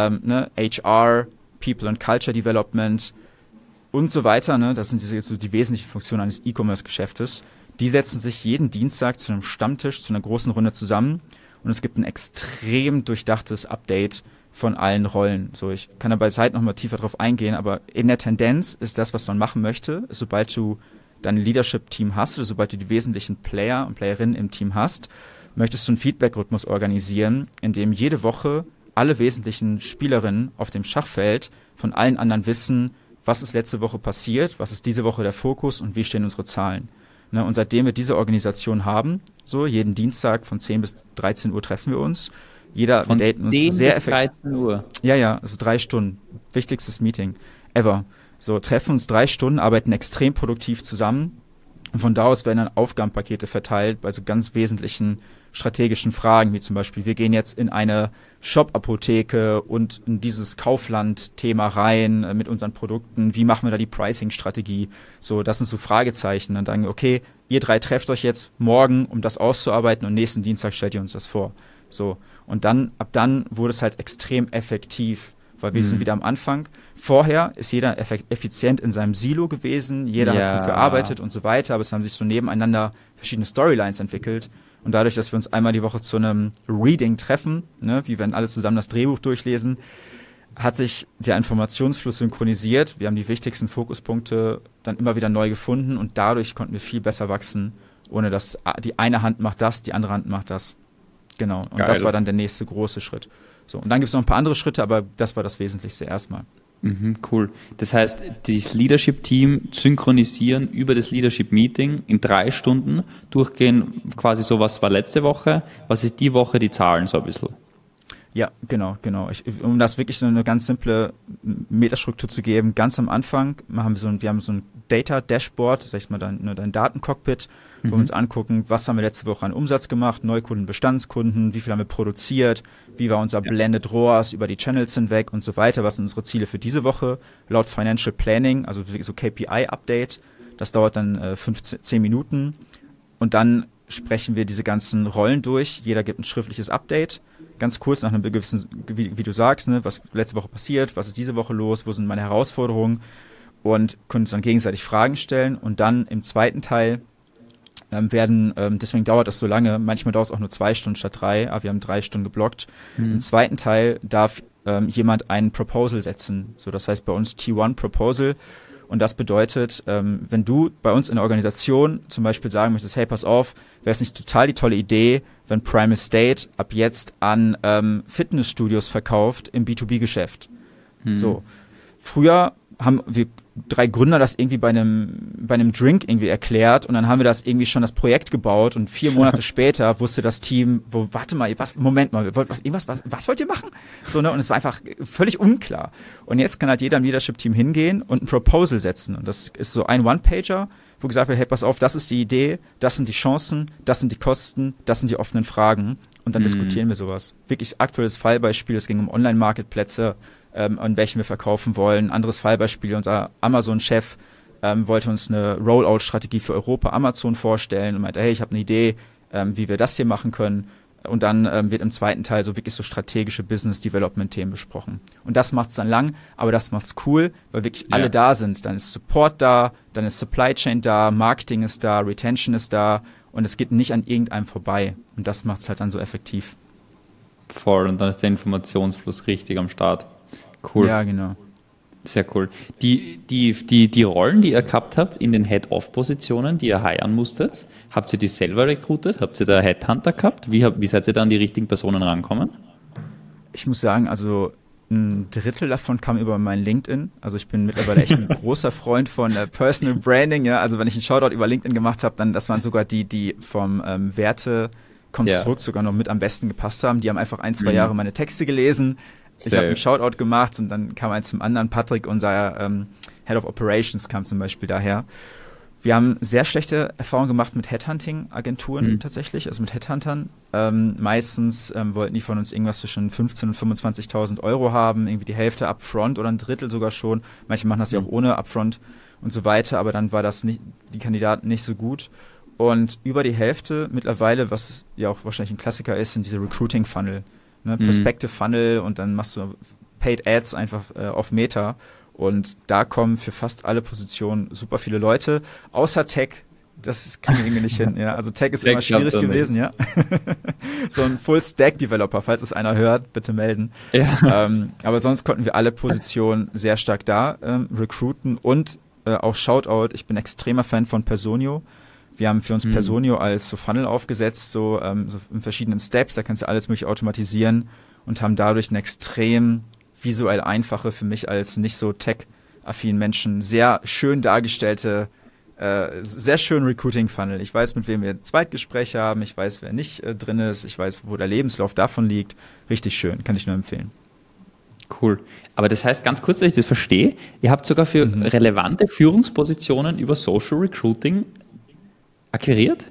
HR, People and Culture Development und so weiter, das sind so die wesentlichen Funktionen eines E-Commerce-Geschäftes. Die setzen sich jeden Dienstag zu einem Stammtisch, zu einer großen Runde zusammen und es gibt ein extrem durchdachtes Update von allen Rollen. So, ich kann da bei Zeit nochmal tiefer drauf eingehen, aber in der Tendenz ist das, was man machen möchte, sobald du dein Leadership-Team hast oder sobald du die wesentlichen Player und Playerinnen im Team hast, möchtest du einen Feedback-Rhythmus organisieren, in dem jede Woche alle wesentlichen Spielerinnen auf dem Schachfeld von allen anderen wissen, was ist letzte Woche passiert, was ist diese Woche der Fokus und wie stehen unsere Zahlen. Und seitdem wir diese Organisation haben, so jeden Dienstag von 10 bis 13 Uhr treffen wir uns, wir daten uns sehr effektiv. 13 Uhr. Ja, also 3 Stunden. Wichtigstes Meeting ever. So, treffen uns 3 Stunden, arbeiten extrem produktiv zusammen. Und von da aus werden dann Aufgabenpakete verteilt bei so ganz wesentlichen strategischen Fragen, wie zum Beispiel, wir gehen jetzt in eine Shop-Apotheke und in dieses Kaufland-Thema rein mit unseren Produkten. Wie machen wir da die Pricing-Strategie? So, das sind so Fragezeichen. Dann sagen wir, okay, ihr 3 trefft euch jetzt morgen, um das auszuarbeiten und nächsten Dienstag stellt ihr uns das vor. So. Und ab dann wurde es halt extrem effektiv, weil wir sind wieder am Anfang. Vorher ist jeder effizient in seinem Silo gewesen, jeder hat gut gearbeitet und so weiter, aber es haben sich so nebeneinander verschiedene Storylines entwickelt. Und dadurch, dass wir uns einmal die Woche zu einem Reading treffen, wie wenn alle zusammen das Drehbuch durchlesen, hat sich der Informationsfluss synchronisiert. Wir haben die wichtigsten Fokuspunkte dann immer wieder neu gefunden und dadurch konnten wir viel besser wachsen, ohne dass die eine Hand macht das, die andere Hand macht das. Genau, und das war dann der nächste große Schritt. So, und dann gibt es noch ein paar andere Schritte, aber das war das Wesentlichste erstmal. Cool. Das heißt, das Leadership-Team synchronisieren über das Leadership-Meeting in 3 Stunden, durchgehen quasi so, was war letzte Woche, was ist die Woche, die Zahlen so ein bisschen? Ja, genau. Um das wirklich eine ganz simple Metastruktur zu geben, ganz am Anfang wir haben so ein Data-Dashboard, sag ich mal, dein Datencockpit, wo wir uns angucken, was haben wir letzte Woche an Umsatz gemacht, Neukunden, Bestandskunden, wie viel haben wir produziert, wie war unser Blended ROAS über die Channels hinweg und so weiter, was sind unsere Ziele für diese Woche, laut Financial Planning, also so KPI-Update, das dauert dann 10 Minuten und dann sprechen wir diese ganzen Rollen durch, jeder gibt ein schriftliches Update, ganz kurz nach einem gewissen, wie du sagst, ne, was letzte Woche passiert, was ist diese Woche los, wo sind meine Herausforderungen und können uns dann gegenseitig Fragen stellen und dann im zweiten Teil deswegen dauert das so lange, manchmal dauert es auch nur 2 Stunden statt 3, aber wir haben 3 Stunden geblockt. Im zweiten Teil darf jemand ein Proposal setzen, so das heißt bei uns T1 Proposal und das bedeutet, wenn du bei uns in der Organisation zum Beispiel sagen möchtest, hey, pass auf, wäre es nicht total die tolle Idee, wenn Primal State ab jetzt an Fitnessstudios verkauft im B2B-Geschäft. So, früher haben wir 3 Gründer das irgendwie bei einem Drink irgendwie erklärt und dann haben wir das irgendwie schon das Projekt gebaut und 4 Monate später wusste das Team, Moment mal, was wollt ihr machen? So, ne? Und es war einfach völlig unklar. Und jetzt kann halt jeder im Leadership-Team hingehen und ein Proposal setzen und das ist so ein One-Pager, wo gesagt wird, hey, pass auf, das ist die Idee, das sind die Chancen, das sind die Kosten, das sind die offenen Fragen und dann diskutieren wir sowas. Wirklich aktuelles Fallbeispiel, es ging um Online-Marketplätze, an welchen wir verkaufen wollen. Anderes Fallbeispiel, unser Amazon-Chef wollte uns eine Rollout-Strategie für Europa Amazon vorstellen und meinte, hey, ich habe eine Idee, wie wir das hier machen können. Und dann wird im zweiten Teil so wirklich so strategische Business-Development-Themen besprochen. Und das macht's dann lang, aber das macht's cool, weil wirklich alle da sind. Dann ist Support da, dann ist Supply Chain da, Marketing ist da, Retention ist da und es geht nicht an irgendeinem vorbei. Und das macht's halt dann so effektiv. Voll, und dann ist der Informationsfluss richtig am Start. Cool. Ja, genau. Sehr cool. Die Rollen, die ihr gehabt habt in den Head-Off-Positionen, die ihr hiren musstet, habt ihr die selber recruited? Habt ihr da Headhunter gehabt? Wie seid ihr da an die richtigen Personen rankommen? Ich muss sagen, also ein Drittel davon kam über mein LinkedIn. Also ich bin mittlerweile echt ein großer Freund von Personal Branding. Ja, also wenn ich einen Shoutout über LinkedIn gemacht habe, dann das waren sogar die vom Wertekonstrukt sogar noch mit am besten gepasst haben. Die haben einfach 1-2 Jahre meine Texte gelesen. Ich habe einen Shoutout gemacht und dann kam eins zum anderen. Patrick, unser Head of Operations, kam zum Beispiel daher. Wir haben sehr schlechte Erfahrungen gemacht mit Headhunting-Agenturen tatsächlich, also mit Headhuntern. Meistens wollten die von uns irgendwas zwischen 15.000 und 25.000 Euro haben, irgendwie die Hälfte upfront oder ein Drittel sogar schon. Manche machen das ja auch ohne upfront und so weiter, aber dann war das nicht, die Kandidaten nicht so gut. Und über die Hälfte mittlerweile, was ja auch wahrscheinlich ein Klassiker ist, sind diese Recruiting-Funnel. Ne, Prospective Funnel und dann machst du Paid Ads einfach auf Meta und da kommen für fast alle Positionen super viele Leute, außer Tech, das kriegen wir irgendwie nicht hin, ja, also Tech ist immer schwierig gewesen, ja. So ein Full-Stack-Developer, falls es einer hört, bitte melden. Ja. Aber sonst konnten wir alle Positionen sehr stark da recruiten und auch Shoutout, ich bin extremer Fan von Personio. Wir haben für uns Personio als so Funnel aufgesetzt, so in verschiedenen Steps, da kannst du alles mögliche automatisieren und haben dadurch eine extrem visuell einfache, für mich als nicht so tech-affinen Menschen, sehr schön dargestellte, sehr schön Recruiting-Funnel. Ich weiß, mit wem wir Zweitgespräche haben, ich weiß, wer nicht drin ist, ich weiß, wo der Lebenslauf davon liegt. Richtig schön, kann ich nur empfehlen. Cool. Aber das heißt, ganz kurz, dass ich das verstehe, ihr habt sogar für relevante Führungspositionen über Social Recruiting akquiriert?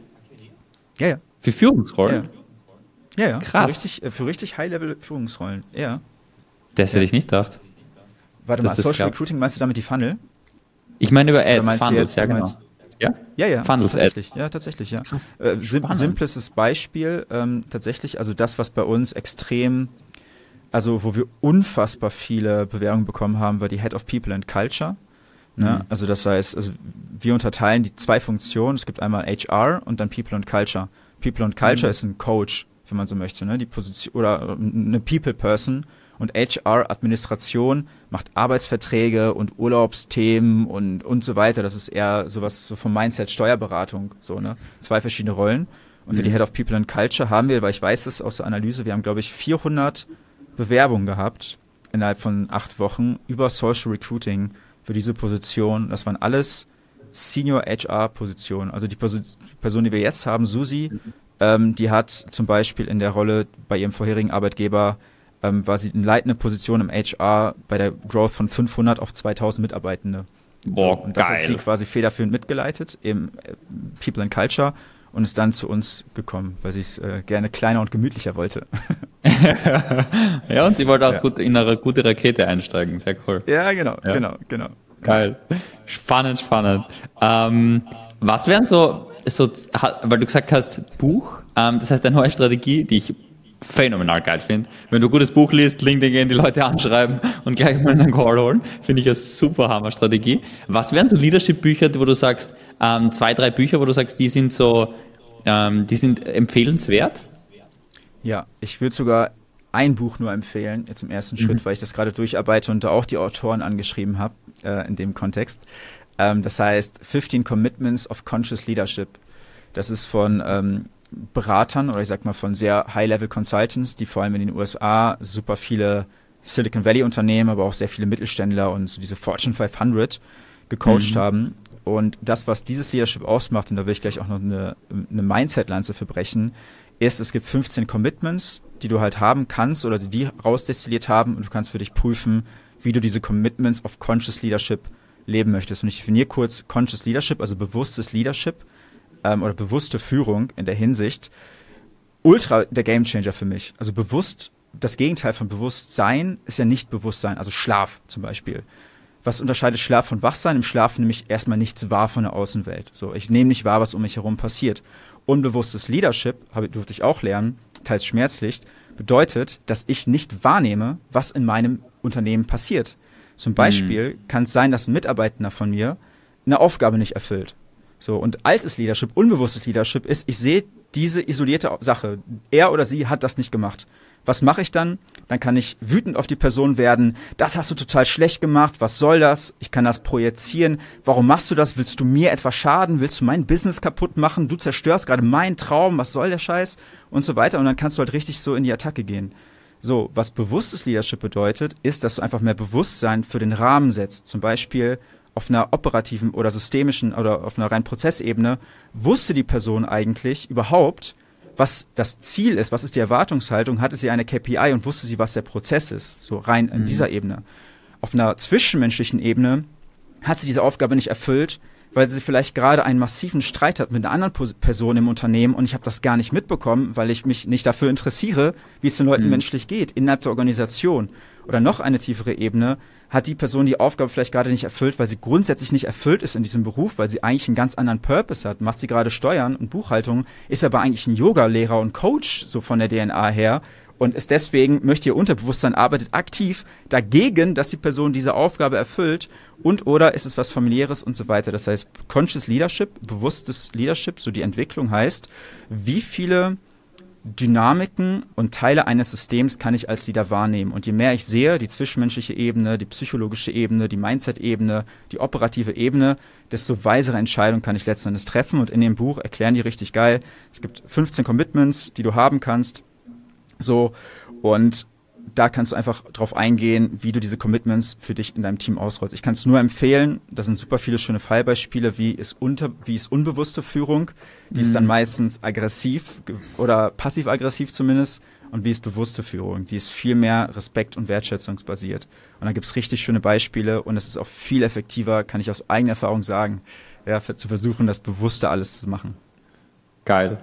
Ja. Für Führungsrollen? Ja. Krass. Für richtig High-Level-Führungsrollen, ja. Das hätte ich nicht gedacht. Warte mal, Social Recruiting, meinst du damit die Funnel? Ich meine über Ads, Funnels, ja genau. Ja. Funnels tatsächlich, Ads. Ja, tatsächlich, ja. Simplestes Beispiel, tatsächlich, also das, was bei uns extrem, also wo wir unfassbar viele Bewerbungen bekommen haben, war die Head of People and Culture. Ne? Also das heißt, also wir unterteilen die 2 Funktionen. Es gibt einmal HR und dann People and Culture. People and Culture ist ein Coach, wenn man so möchte, ne? Die Position oder eine People Person und HR Administration macht Arbeitsverträge und Urlaubsthemen und so weiter. Das ist eher sowas so vom Mindset Steuerberatung, so, ne? 2 verschiedene Rollen. Und für die Head of People and Culture haben wir, weil ich weiß es aus der Analyse, wir haben glaube ich 400 Bewerbungen gehabt innerhalb von 8 Wochen über Social Recruiting für diese Position. Das waren alles Senior HR-Positionen. Also die Person, die wir jetzt haben, Susi, die hat zum Beispiel in der Rolle bei ihrem vorherigen Arbeitgeber war sie eine leitende Position im HR bei der Growth von 500 auf 2000 Mitarbeitende. Boah, und das geil. hat sie quasi federführend mitgeleitet im People and Culture und ist dann zu uns gekommen, weil sie es gerne kleiner und gemütlicher wollte. Ja, und sie wollte auch gut in eine gute Rakete einsteigen. Sehr cool. Ja, genau. Geil. Spannend. Was wären so, weil du gesagt hast, Buch, das heißt eine neue Strategie, die ich phänomenal geil finde. Wenn du ein gutes Buch liest, LinkedIn gehen, die Leute anschreiben und gleich mal einen Call holen, finde ich eine super Hammer-Strategie. Was wären so Leadership-Bücher, wo du sagst, 2, 3 Bücher, wo du sagst, die sind empfehlenswert? Ja, ich würde sogar ein Buch nur empfehlen, jetzt im ersten Schritt, weil ich das gerade durcharbeite und da auch die Autoren angeschrieben habe, in dem Kontext. Das heißt 15 Commitments of Conscious Leadership. Das ist von Beratern oder ich sag mal von sehr High-Level Consultants, die vor allem in den USA super viele Silicon Valley Unternehmen, aber auch sehr viele Mittelständler und so diese Fortune 500 gecoacht haben. Und das, was dieses Leadership ausmacht, und da will ich gleich auch noch eine Mindset-Lanze für brechen, ist, es gibt 15 Commitments, die du halt haben kannst oder die rausdestilliert haben und du kannst für dich prüfen, wie du diese Commitments of Conscious Leadership leben möchtest. Und ich definiere kurz Conscious Leadership, also bewusstes Leadership oder bewusste Führung in der Hinsicht. Ultra der Gamechanger für mich. Also bewusst, das Gegenteil von Bewusstsein ist ja nicht Bewusstsein, also Schlaf zum Beispiel. Was unterscheidet Schlaf von Wachsein? Im Schlaf nehme ich erstmal nichts wahr von der Außenwelt. So, ich nehme nicht wahr, was um mich herum passiert. Unbewusstes Leadership, durfte ich auch lernen, teils schmerzlich, bedeutet, dass ich nicht wahrnehme, was in meinem Unternehmen passiert. Zum Beispiel kann es sein, dass ein Mitarbeitender von mir eine Aufgabe nicht erfüllt. So, und altes Leadership, unbewusstes Leadership ist, ich sehe diese isolierte Sache. Er oder sie hat das nicht gemacht. Was mache ich dann? Dann kann ich wütend auf die Person werden. Das hast du total schlecht gemacht. Was soll das? Ich kann das projizieren. Warum machst du das? Willst du mir etwas schaden? Willst du mein Business kaputt machen? Du zerstörst gerade meinen Traum. Was soll der Scheiß? Und so weiter. Und dann kannst du halt richtig so in die Attacke gehen. So, was bewusstes Leadership bedeutet, ist, dass du einfach mehr Bewusstsein für den Rahmen setzt. Zum Beispiel auf einer operativen oder systemischen oder auf einer rein Prozessebene wusste die Person eigentlich überhaupt, was das Ziel ist, was ist die Erwartungshaltung, hatte sie eine KPI und wusste sie, was der Prozess ist, so rein in dieser Ebene. Auf einer zwischenmenschlichen Ebene hat sie diese Aufgabe nicht erfüllt, weil sie vielleicht gerade einen massiven Streit hat mit einer anderen Person im Unternehmen und ich habe das gar nicht mitbekommen, weil ich mich nicht dafür interessiere, wie es den Leuten menschlich geht, innerhalb der Organisation. Oder noch eine tiefere Ebene, hat die Person die Aufgabe vielleicht gerade nicht erfüllt, weil sie grundsätzlich nicht erfüllt ist in diesem Beruf, weil sie eigentlich einen ganz anderen Purpose hat. Macht sie gerade Steuern und Buchhaltung, ist aber eigentlich ein Yoga-Lehrer und Coach, so von der DNA her, und ist deswegen, möchte ihr Unterbewusstsein arbeitet aktiv dagegen, dass die Person diese Aufgabe erfüllt und oder ist es was Familiäres und so weiter. Das heißt, Conscious Leadership, bewusstes Leadership, so die Entwicklung heißt, wie viele Dynamiken und Teile eines Systems kann ich als Leader wahrnehmen. Und je mehr ich sehe, die zwischenmenschliche Ebene, die psychologische Ebene, die Mindset-Ebene, die operative Ebene, desto weisere Entscheidungen kann ich letzten Endes treffen. Und in dem Buch erklären die richtig geil. Es gibt 15 Commitments, die du haben kannst. So, und da kannst du einfach drauf eingehen, wie du diese Commitments für dich in deinem Team ausrollst. Ich kann es nur empfehlen, da sind super viele schöne Fallbeispiele, wie ist unbewusste Führung, die ist dann meistens aggressiv oder passiv-aggressiv zumindest, und wie ist bewusste Führung, die ist viel mehr respekt- und wertschätzungsbasiert. Und da gibt's richtig schöne Beispiele und es ist auch viel effektiver, kann ich aus eigener Erfahrung sagen, ja, zu versuchen, das Bewusste alles zu machen. Geil.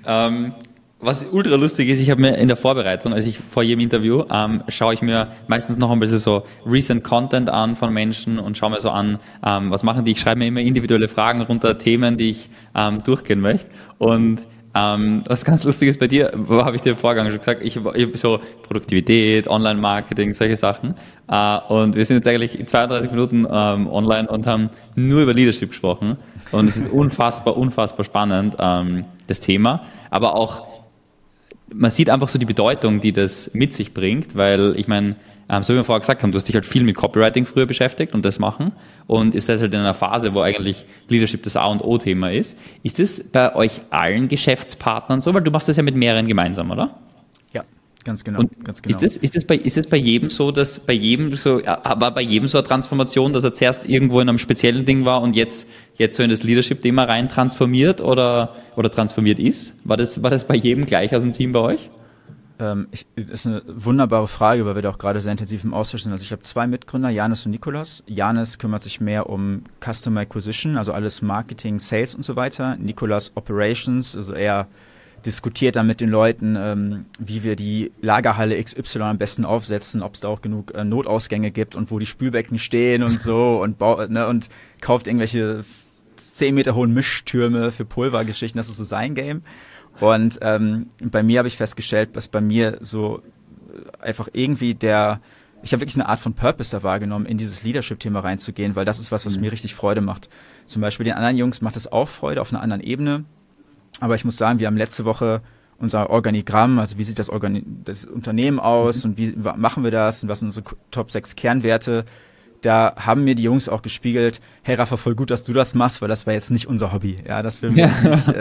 Was ultra lustig ist, ich habe mir in der Vorbereitung, also vor jedem Interview, schaue ich mir meistens noch ein bisschen so Recent Content an von Menschen und schaue mir so an, was machen die. Ich schreibe mir immer individuelle Fragen runter, Themen, die ich durchgehen möchte. Und was ganz lustig ist bei dir, habe ich dir im Vorgang schon gesagt, ich habe so Produktivität, Online-Marketing, solche Sachen. Und wir sind jetzt eigentlich in 32 Minuten online und haben nur über Leadership gesprochen. Und es ist unfassbar spannend, das Thema. Aber auch man sieht einfach so die Bedeutung, die das mit sich bringt, weil ich meine, so wie wir vorher gesagt haben, du hast dich halt viel mit Copywriting früher beschäftigt und das machen und ist das halt in einer Phase, wo eigentlich Leadership das A und O-Thema ist. Ist das bei euch allen Geschäftspartnern so? Weil du machst das ja mit mehreren gemeinsam, oder? Ja, ganz genau. Und ganz genau. Ist das bei jedem so, dass war bei jedem so eine Transformation, dass er zuerst irgendwo in einem speziellen Ding war und jetzt so in das Leadership-Thema rein transformiert oder transformiert ist? War das bei jedem gleich aus dem Team bei euch? Das ist eine wunderbare Frage, weil wir da auch gerade sehr intensiv im Austausch sind. Also ich habe 2 Mitgründer, Janis und Nikolas. Janis kümmert sich mehr um Customer Acquisition, also alles Marketing, Sales und so weiter. Nikolas Operations, also er diskutiert dann mit den Leuten, wie wir die Lagerhalle XY am besten aufsetzen, ob es da auch genug Notausgänge gibt und wo die Spülbecken stehen und so und kauft irgendwelche 10 Meter hohen Mischtürme für Pulvergeschichten. Das ist so sein Game. Und bei mir habe ich festgestellt, dass bei mir so einfach irgendwie ich habe wirklich eine Art von Purpose da wahrgenommen, in dieses Leadership-Thema reinzugehen, weil das ist was mir richtig Freude macht. Zum Beispiel den anderen Jungs macht es auch Freude auf einer anderen Ebene. Aber ich muss sagen, wir haben letzte Woche unser Organigramm, also wie sieht das Unternehmen aus und wie machen wir das und was sind unsere Top 6 Kernwerte. Da haben mir die Jungs auch gespiegelt, hey Rafa, voll gut, dass du das machst, weil das war jetzt nicht unser Hobby. Ja, das will wir jetzt nicht.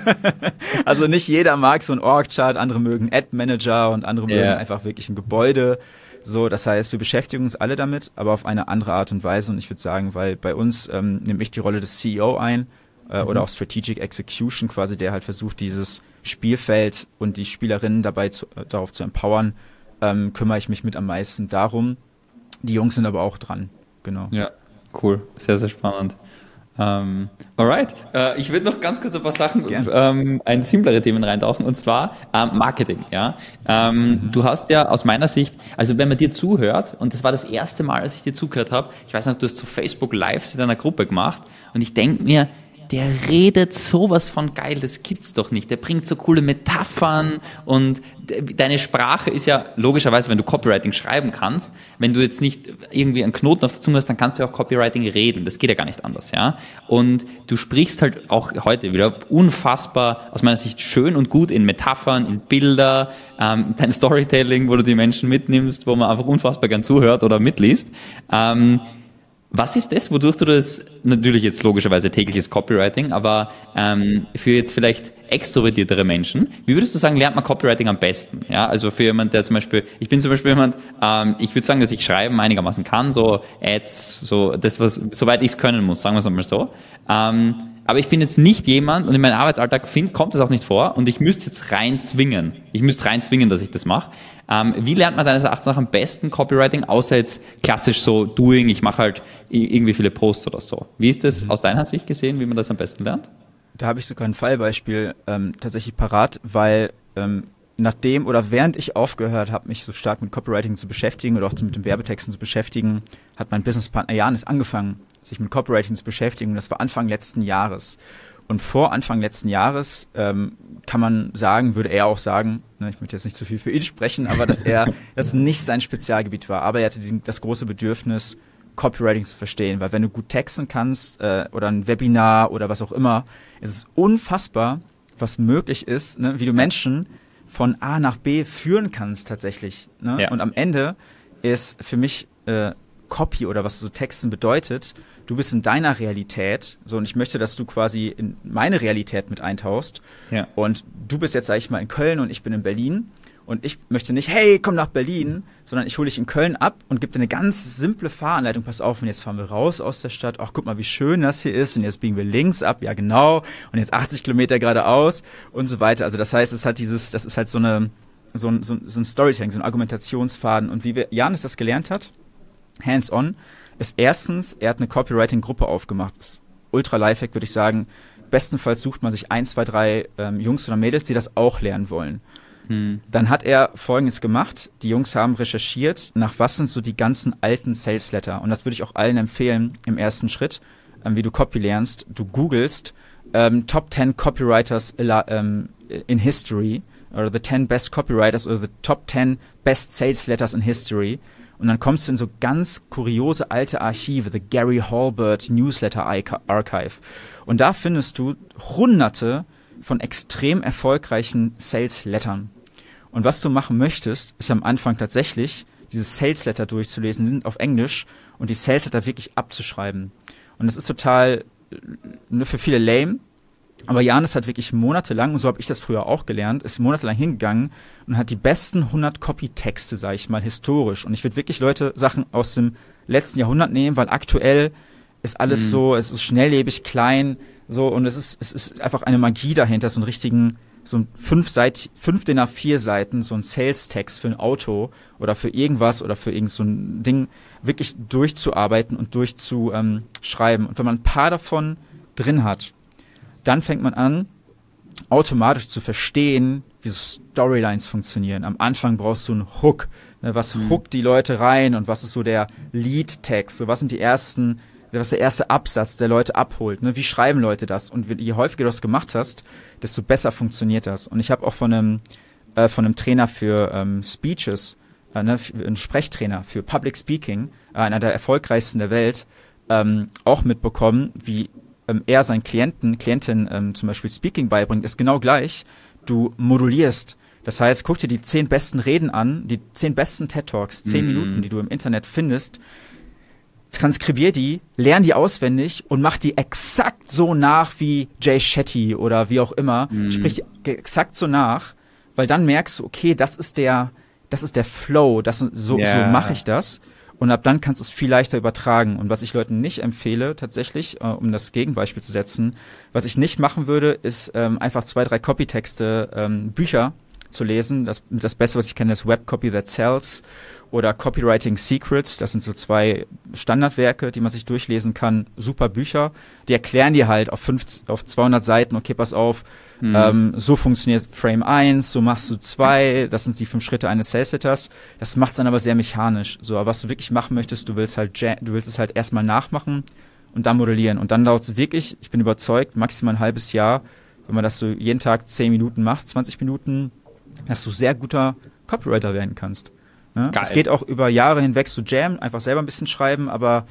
Also nicht jeder mag so ein Org-Chart, andere mögen Ad-Manager und andere mögen einfach wirklich ein Gebäude. So, das heißt, wir beschäftigen uns alle damit, aber auf eine andere Art und Weise. Und ich würde sagen, weil bei uns nehme ich die Rolle des CEO ein oder auch Strategic Execution quasi, der halt versucht, dieses Spielfeld und die Spielerinnen darauf zu empowern, kümmere ich mich mit am meisten darum. Die Jungs sind aber auch dran, genau. Ja, cool. Sehr, sehr spannend. Alright. Ich würde noch ganz kurz ein paar Sachen, ein simplere Themen reintauchen, und zwar Marketing. Ja? Du hast ja aus meiner Sicht, also wenn man dir zuhört, und das war das erste Mal, als ich dir zugehört habe, ich weiß noch, du hast so Facebook Lives in einer Gruppe gemacht, und ich denke mir, der redet sowas von geil, das gibt's doch nicht. Der bringt so coole Metaphern, und deine Sprache ist ja logischerweise, wenn du Copywriting schreiben kannst, wenn du jetzt nicht irgendwie einen Knoten auf der Zunge hast, dann kannst du auch Copywriting reden. Das geht ja gar nicht anders, ja. Und du sprichst halt auch heute wieder unfassbar, aus meiner Sicht, schön und gut in Metaphern, in Bilder, dein Storytelling, wo du die Menschen mitnimmst, wo man einfach unfassbar gern zuhört oder mitliest. Was ist das, wodurch du das, natürlich jetzt logischerweise tägliches Copywriting, aber für jetzt vielleicht extrovertiertere Menschen, wie würdest du sagen, lernt man Copywriting am besten? Ja, also für jemand, der zum Beispiel, ich bin zum Beispiel jemand, ich würde sagen, dass ich schreiben einigermaßen kann, so Ads, so das, soweit ich es können muss, sagen wir es einmal so. Aber ich bin jetzt nicht jemand, und in meinem Arbeitsalltag kommt das auch nicht vor, und ich müsste jetzt reinzwingen. Ich müsste reinzwingen, dass ich das mache. Wie lernt man deines Erachtens nach am besten Copywriting, außer jetzt klassisch so Doing, ich mache halt irgendwie viele Posts oder so. Wie ist das aus deiner Sicht gesehen, wie man das am besten lernt? Da habe ich sogar ein Fallbeispiel tatsächlich parat, weil nachdem oder während ich aufgehört habe, mich so stark mit Copywriting zu beschäftigen oder auch mit den Werbetexten zu beschäftigen, hat mein Businesspartner Janis angefangen, sich mit Copywriting zu beschäftigen, und das war Anfang letzten Jahres. Und vor Anfang letzten Jahres kann man sagen, würde er auch sagen, ne, ich möchte jetzt nicht zu viel für ihn sprechen, aber dass das nicht sein Spezialgebiet war, aber er hatte das große Bedürfnis, Copywriting zu verstehen, weil wenn du gut texten kannst oder ein Webinar oder was auch immer, ist es unfassbar, was möglich ist, ne, wie du Menschen von A nach B führen kannst tatsächlich. Ne? Ja. Und am Ende ist für mich Copy oder was so Texten bedeutet, du bist in deiner Realität, so, und ich möchte, dass du quasi in meine Realität mit eintauchst. Ja. Und du bist jetzt, sag ich mal, in Köln und ich bin in Berlin, und ich möchte nicht, hey, komm nach Berlin, sondern ich hole dich in Köln ab und gebe dir eine ganz simple Fahranleitung. Pass auf, und jetzt fahren wir raus aus der Stadt. Ach, guck mal, wie schön das hier ist, und jetzt biegen wir links ab, ja genau, und jetzt 80 Kilometer geradeaus und so weiter. Also das heißt, das ist halt so ein Storytelling, so ein Argumentationsfaden. Und wie Janis das gelernt hat, hands-on, ist erstens, er hat eine Copywriting-Gruppe aufgemacht. Das ist ultra Lifehack, würde ich sagen. Bestenfalls sucht man sich 1, 2, 3 Jungs oder Mädels, die das auch lernen wollen. Dann hat er Folgendes gemacht. Die Jungs haben recherchiert, nach was sind so die ganzen alten Sales-Letter. Und das würde ich auch allen empfehlen im ersten Schritt, wie du Copy lernst. Du googelst Top 10 Copywriters in History oder the 10 Best Copywriters oder the Top 10 Best Sales Letters in History. Und dann kommst du in so ganz kuriose alte Archive, the Gary Halbert Newsletter Archive. Und da findest du hunderte von extrem erfolgreichen Sales-Lettern. Und was du machen möchtest, ist am Anfang tatsächlich, diese Sales-Letter durchzulesen, die sind auf Englisch, und die Sales-Letter wirklich abzuschreiben. Und das ist total, nur für viele lame, aber Janis hat wirklich monatelang, und so habe ich das früher auch gelernt, ist monatelang hingegangen und hat die besten 100 Copy-Texte, sage ich mal, historisch. Und ich würde wirklich Sachen aus dem letzten Jahrhundert nehmen, weil aktuell ist alles so, es ist schnelllebig, klein, so, und es ist einfach eine Magie dahinter, so einen richtigen so ein 5 DIN A4 Seiten, so ein Sales-Text für ein Auto oder für irgendwas oder für irgend so ein Ding wirklich durchzuarbeiten und durchzuschreiben. Und wenn man ein paar davon drin hat, dann fängt man an, automatisch zu verstehen, wie Storylines funktionieren. Am Anfang brauchst du einen Hook. Ne, was hookt die Leute rein und was ist so der Lead-Text? So, was ist der erste Absatz, der Leute abholt? Ne? Wie schreiben Leute das? Und je häufiger du das gemacht hast, desto besser funktioniert das. Und ich habe auch von einem Trainer für Speeches, ein Sprechtrainer für Public Speaking, einer der erfolgreichsten der Welt, auch mitbekommen, wie er seinen Klientinnen zum Beispiel Speaking beibringt, ist genau gleich. Du modulierst. Das heißt, guck dir die 10 besten Reden an, die 10 besten TED-Talks, 10 Minuten, die du im Internet findest, transkribier die, lern die auswendig und mach die exakt so nach wie Jay Shetty oder wie auch immer. Sprich die exakt so nach, weil dann merkst du, okay, das ist der Flow, so mache ich das. Und ab dann kannst du es viel leichter übertragen. Und was ich Leuten nicht empfehle, tatsächlich, um das Gegenbeispiel zu setzen, was ich nicht machen würde, ist einfach 2, 3 Copytexte, Bücher zu lesen. Das Beste, was ich kenne, ist Web Copy That Sells oder Copywriting Secrets. Das sind so 2 Standardwerke, die man sich durchlesen kann. Super Bücher. Die erklären dir halt auf 200 Seiten, okay, pass auf, so funktioniert Frame 1, so machst du 2, das sind die 5 Schritte eines Sales-Hitters. Das macht es dann aber sehr mechanisch. So, aber was du wirklich machen möchtest, du willst es halt erstmal nachmachen und dann modellieren. Und dann dauert es wirklich, ich bin überzeugt, maximal ein halbes Jahr, wenn man das so jeden Tag 10 Minuten macht, 20 Minuten, dass du sehr guter Copywriter werden kannst. Ne? Es geht auch über Jahre hinweg zu jammen, einfach selber ein bisschen schreiben, aber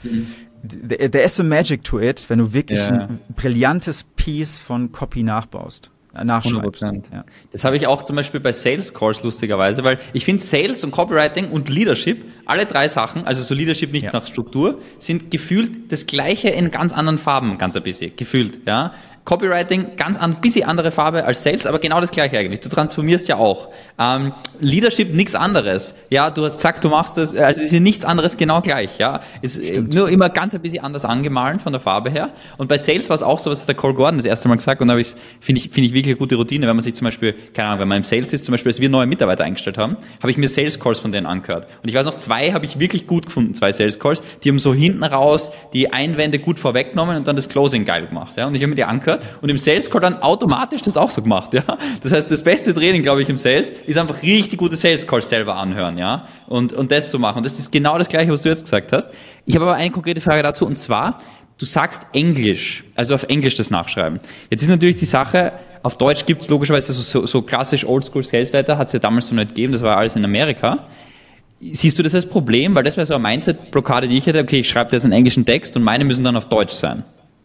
there is a magic to it, wenn du wirklich ein brillantes Piece von Copy nachschreibst. 100%. Ja. Das habe ich auch zum Beispiel bei Sales Calls lustigerweise, weil ich finde Sales und Copywriting und Leadership, alle 3 Sachen, also so Leadership nicht nach Struktur, sind gefühlt das Gleiche in ganz anderen Farben, ganz ein bisschen, gefühlt, ja. Copywriting, bisschen andere Farbe als Sales, aber genau das Gleiche eigentlich. Du transformierst ja auch. Leadership, nichts anderes. Ja, du hast gesagt, du machst das, also es ist nichts anderes genau gleich, ja. Es ist nur immer ganz ein bisschen anders angemahlen von der Farbe her. Und bei Sales war es auch so, was hat der Cole Gordon das erste Mal gesagt, und da finde ich wirklich eine gute Routine, wenn man sich zum Beispiel, keine Ahnung, wenn man im Sales ist, zum Beispiel, als wir neue Mitarbeiter eingestellt haben, habe ich mir Sales Calls von denen angehört. Und ich weiß noch, 2 habe ich wirklich gut gefunden, 2 Sales Calls, die haben so hinten raus die Einwände gut vorweggenommen und dann das Closing geil gemacht, ja. Und ich habe mir die angehört und im Sales Call dann automatisch das auch so gemacht, ja. Das heißt, das beste Training, glaube ich, im Sales ist einfach richtig gute Sales Calls selber anhören, ja. Und das so machen. Und das ist genau das Gleiche, was du jetzt gesagt hast. Ich habe aber eine konkrete Frage dazu, und zwar, du sagst Englisch, also auf Englisch das nachschreiben. Jetzt ist natürlich die Sache, auf Deutsch gibt es logischerweise so klassisch Oldschool Sales Letter, hat es ja damals so nicht gegeben, das war alles in Amerika. Siehst du das als Problem? Weil das wäre so eine Mindset-Blockade, die ich hätte, okay, ich schreibe das in englischen Text und meine müssen dann auf Deutsch sein.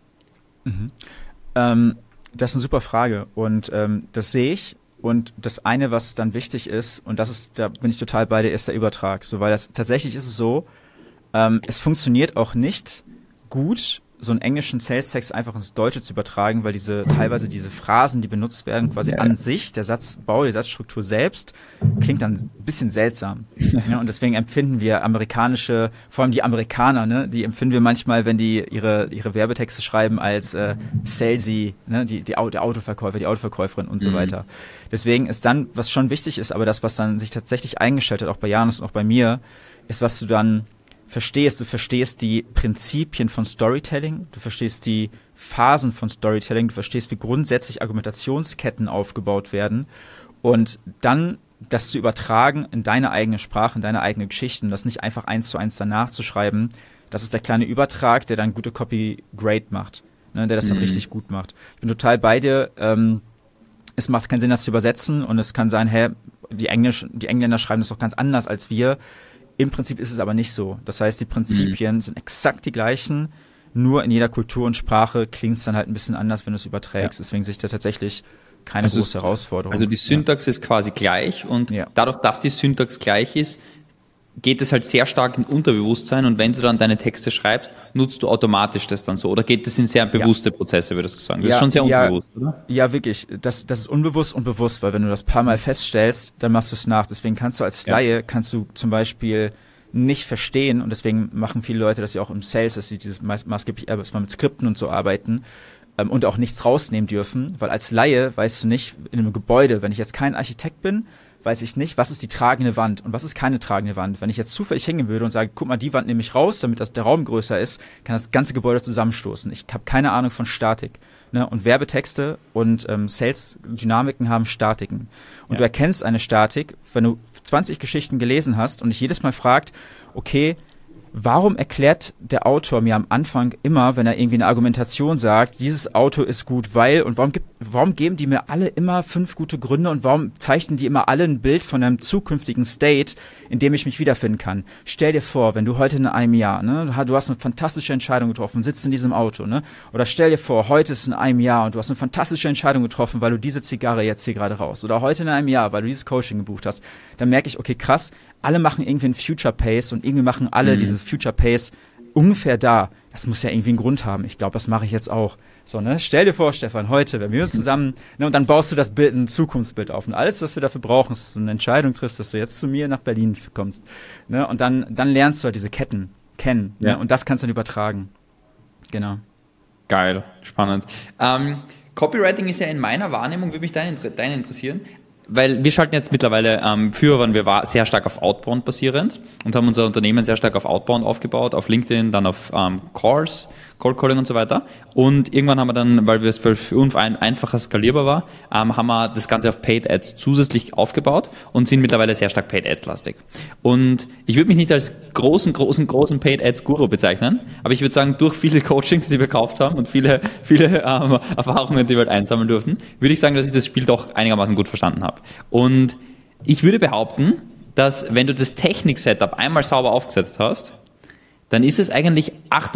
Das ist eine super Frage und das sehe ich. Und das eine, was dann wichtig ist, und da bin ich total bei dir, ist der Übertrag. So, weil tatsächlich ist es so, es funktioniert auch nicht gut, so einen englischen Sales-Text einfach ins Deutsche zu übertragen, weil teilweise diese Phrasen, die benutzt werden, quasi an sich, der Satzbau, die Satzstruktur selbst, klingt dann ein bisschen seltsam. Ja, und deswegen empfinden wir vor allem die Amerikaner, ne, die empfinden wir manchmal, wenn die ihre Werbetexte schreiben, als salesy, ne, der Autoverkäufer, die Autoverkäuferin und so weiter. Deswegen ist dann, was schon wichtig ist, aber das, was dann sich tatsächlich eingestellt hat, auch bei Janus und auch bei mir, ist, was du dann verstehst. Du verstehst die Prinzipien von Storytelling, du verstehst die Phasen von Storytelling, du verstehst, wie grundsätzlich Argumentationsketten aufgebaut werden und dann das zu übertragen in deine eigene Sprache, in deine eigene Geschichten, das nicht einfach 1:1 danach zu schreiben. Das ist der kleine Übertrag, der dann gute Copy great macht, ne, der das dann richtig gut macht. Ich bin total bei dir. Es macht keinen Sinn, das zu übersetzen, und es kann sein, die Engländer schreiben das doch ganz anders als wir. Im Prinzip ist es aber nicht so. Das heißt, die Prinzipien sind exakt die gleichen, nur in jeder Kultur und Sprache klingt es dann halt ein bisschen anders, wenn du es überträgst. Deswegen sehe ich da tatsächlich keine große Herausforderung. Also die Syntax ist quasi gleich, und dadurch, dass die Syntax gleich ist, geht es halt sehr stark in Unterbewusstsein, und wenn du dann deine Texte schreibst, nutzt du automatisch das dann so? Oder geht das in sehr bewusste Prozesse, würdest du sagen? Das ist schon sehr unbewusst, oder? Ja, wirklich. Das ist unbewusst und bewusst, weil wenn du das paar Mal feststellst, dann machst du es nach. Deswegen kannst du als Laie, zum Beispiel nicht verstehen, und deswegen machen viele Leute das ja auch im Sales, dass sie dieses maßgeblich erstmal mit Skripten und so arbeiten. und auch nichts rausnehmen dürfen, weil als Laie weißt du nicht, in einem Gebäude, wenn ich jetzt kein Architekt bin, weiß ich nicht, was ist die tragende Wand und was ist keine tragende Wand. Wenn ich jetzt zufällig hingehen würde und sage, guck mal, die Wand nehme ich raus, damit der Raum größer ist, kann das ganze Gebäude zusammenstoßen. Ich habe keine Ahnung von Statik. Ne? Und Werbetexte und Sales-Dynamiken haben Statiken. Und du erkennst eine Statik, wenn du 20 Geschichten gelesen hast und dich jedes Mal fragt, okay, warum erklärt der Autor mir am Anfang immer, wenn er irgendwie eine Argumentation sagt, dieses Auto ist gut, weil, und warum geben die mir alle immer 5 gute Gründe und warum zeichnen die immer alle ein Bild von einem zukünftigen State, in dem ich mich wiederfinden kann? Stell dir vor, wenn du heute in einem Jahr, ne, du hast eine fantastische Entscheidung getroffen, sitzt in diesem Auto, ne, oder stell dir vor, heute ist in einem Jahr und du hast eine fantastische Entscheidung getroffen, weil du diese Zigarre jetzt hier gerade raus, oder heute in einem Jahr, weil du dieses Coaching gebucht hast, dann merke ich, okay, krass, alle machen irgendwie einen Future Pace und irgendwie machen alle dieses Future Pace ungefähr da. Das muss ja irgendwie einen Grund haben. Ich glaube, das mache ich jetzt auch. So, ne? Stell dir vor, Stefan, heute, wenn wir uns zusammen, ne, und dann baust du das Bild, ein Zukunftsbild auf. Und alles, was wir dafür brauchen, ist, dass du eine Entscheidung triffst, dass du jetzt zu mir nach Berlin kommst. Ne? Und dann lernst du halt diese Ketten kennen. Ja. Ne? Und das kannst du dann übertragen. Genau. Geil, spannend. Copywriting ist ja in meiner Wahrnehmung, würde mich deine interessieren, weil wir schalten jetzt mittlerweile, früher waren wir sehr stark auf Outbound basierend und haben unser Unternehmen sehr stark auf Outbound aufgebaut, auf LinkedIn, dann auf Calls, Cold Calling und so weiter. Und irgendwann haben wir dann, weil es für uns einfacher skalierbar war, haben wir das Ganze auf Paid Ads zusätzlich aufgebaut und sind mittlerweile sehr stark Paid Ads lastig. Und ich würde mich nicht als großen Paid Ads Guru bezeichnen, aber ich würde sagen, durch viele Coachings, die wir gekauft haben und viele Erfahrungen, die wir halt einsammeln durften, würde ich sagen, dass ich das Spiel doch einigermaßen gut verstanden habe. Und ich würde behaupten, dass wenn du das Technik-Setup einmal sauber aufgesetzt hast, dann ist es eigentlich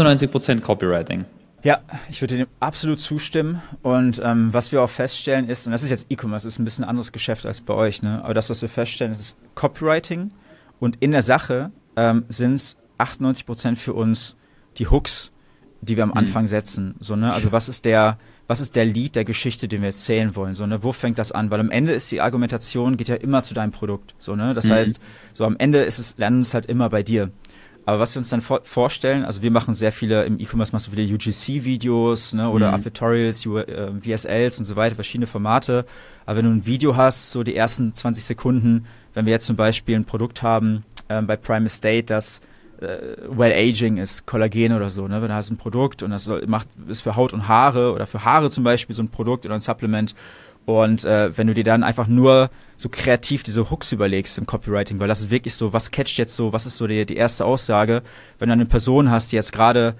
98% Copywriting. Ja, ich würde dem absolut zustimmen. Und was wir auch feststellen ist, und das ist jetzt E-Commerce, ist ein bisschen ein anderes Geschäft als bei euch, ne? Aber das, was wir feststellen, ist Copywriting. Und in der Sache sind es 98% für uns die Hooks, die wir am Anfang setzen. So, ne? Also was ist der Lead der Geschichte, den wir erzählen wollen? So, ne? Wo fängt das an? Weil am Ende ist die Argumentation, geht ja immer zu deinem Produkt. So, ne? Das heißt, so am Ende lernen es halt immer bei dir. Aber was wir uns dann vorstellen, also wir machen sehr viele, im E-Commerce machen wir viele UGC-Videos, ne, oder Affiliatorials, VSLs und so weiter, verschiedene Formate. Aber wenn du ein Video hast, so die ersten 20 Sekunden, wenn wir jetzt zum Beispiel ein Produkt haben bei Prime Estate, das Well-Aging ist, Kollagen oder so, ne, wenn du hast ein Produkt und das ist für Haut und Haare oder für Haare zum Beispiel so ein Produkt oder ein Supplement. Und wenn du dir dann einfach nur so kreativ diese Hooks überlegst im Copywriting, weil das ist wirklich so, was catcht jetzt so, was ist so die erste Aussage, wenn du eine Person hast, die jetzt gerade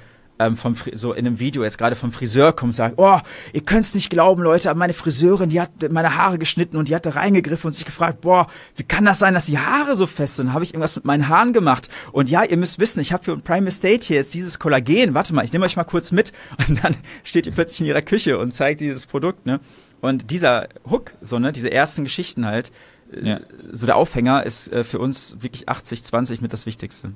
so in einem Video jetzt gerade vom Friseur kommt und sagt, oh, ihr könnt's nicht glauben, Leute, aber meine Friseurin, die hat meine Haare geschnitten und die hat da reingegriffen und sich gefragt, boah, wie kann das sein, dass die Haare so fest sind? Habe ich irgendwas mit meinen Haaren gemacht? Und ja, ihr müsst wissen, ich habe für Prime Estate hier jetzt dieses Kollagen, warte mal, ich nehme euch mal kurz mit. Und dann steht ihr plötzlich in ihrer Küche und zeigt dieses Produkt, ne? Und dieser Hook, so, ne, diese ersten Geschichten halt, so der Aufhänger ist für uns wirklich 80-20 mit das Wichtigste.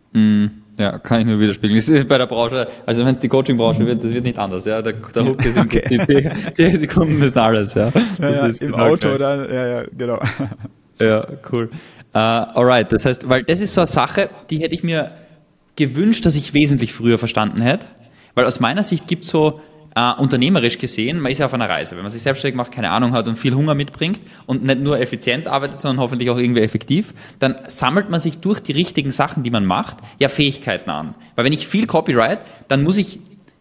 Ja, kann ich nur widerspiegeln. Das ist bei der Branche, also wenn es die Coaching-Branche wird, das wird nicht anders, ja. Der Hook ist okay. die Sekunden ist alles, ja. Das ist im Auto dann, ja, genau. Ja, cool. Alright, das heißt, weil das ist so eine Sache, die hätte ich mir gewünscht, dass ich wesentlich früher verstanden hätte, weil aus meiner Sicht gibt es so, unternehmerisch gesehen, man ist ja auf einer Reise. Wenn man sich selbstständig macht, keine Ahnung hat und viel Hunger mitbringt und nicht nur effizient arbeitet, sondern hoffentlich auch irgendwie effektiv, dann sammelt man sich durch die richtigen Sachen, die man macht, ja Fähigkeiten an. Weil wenn ich viel Copyright, dann muss ich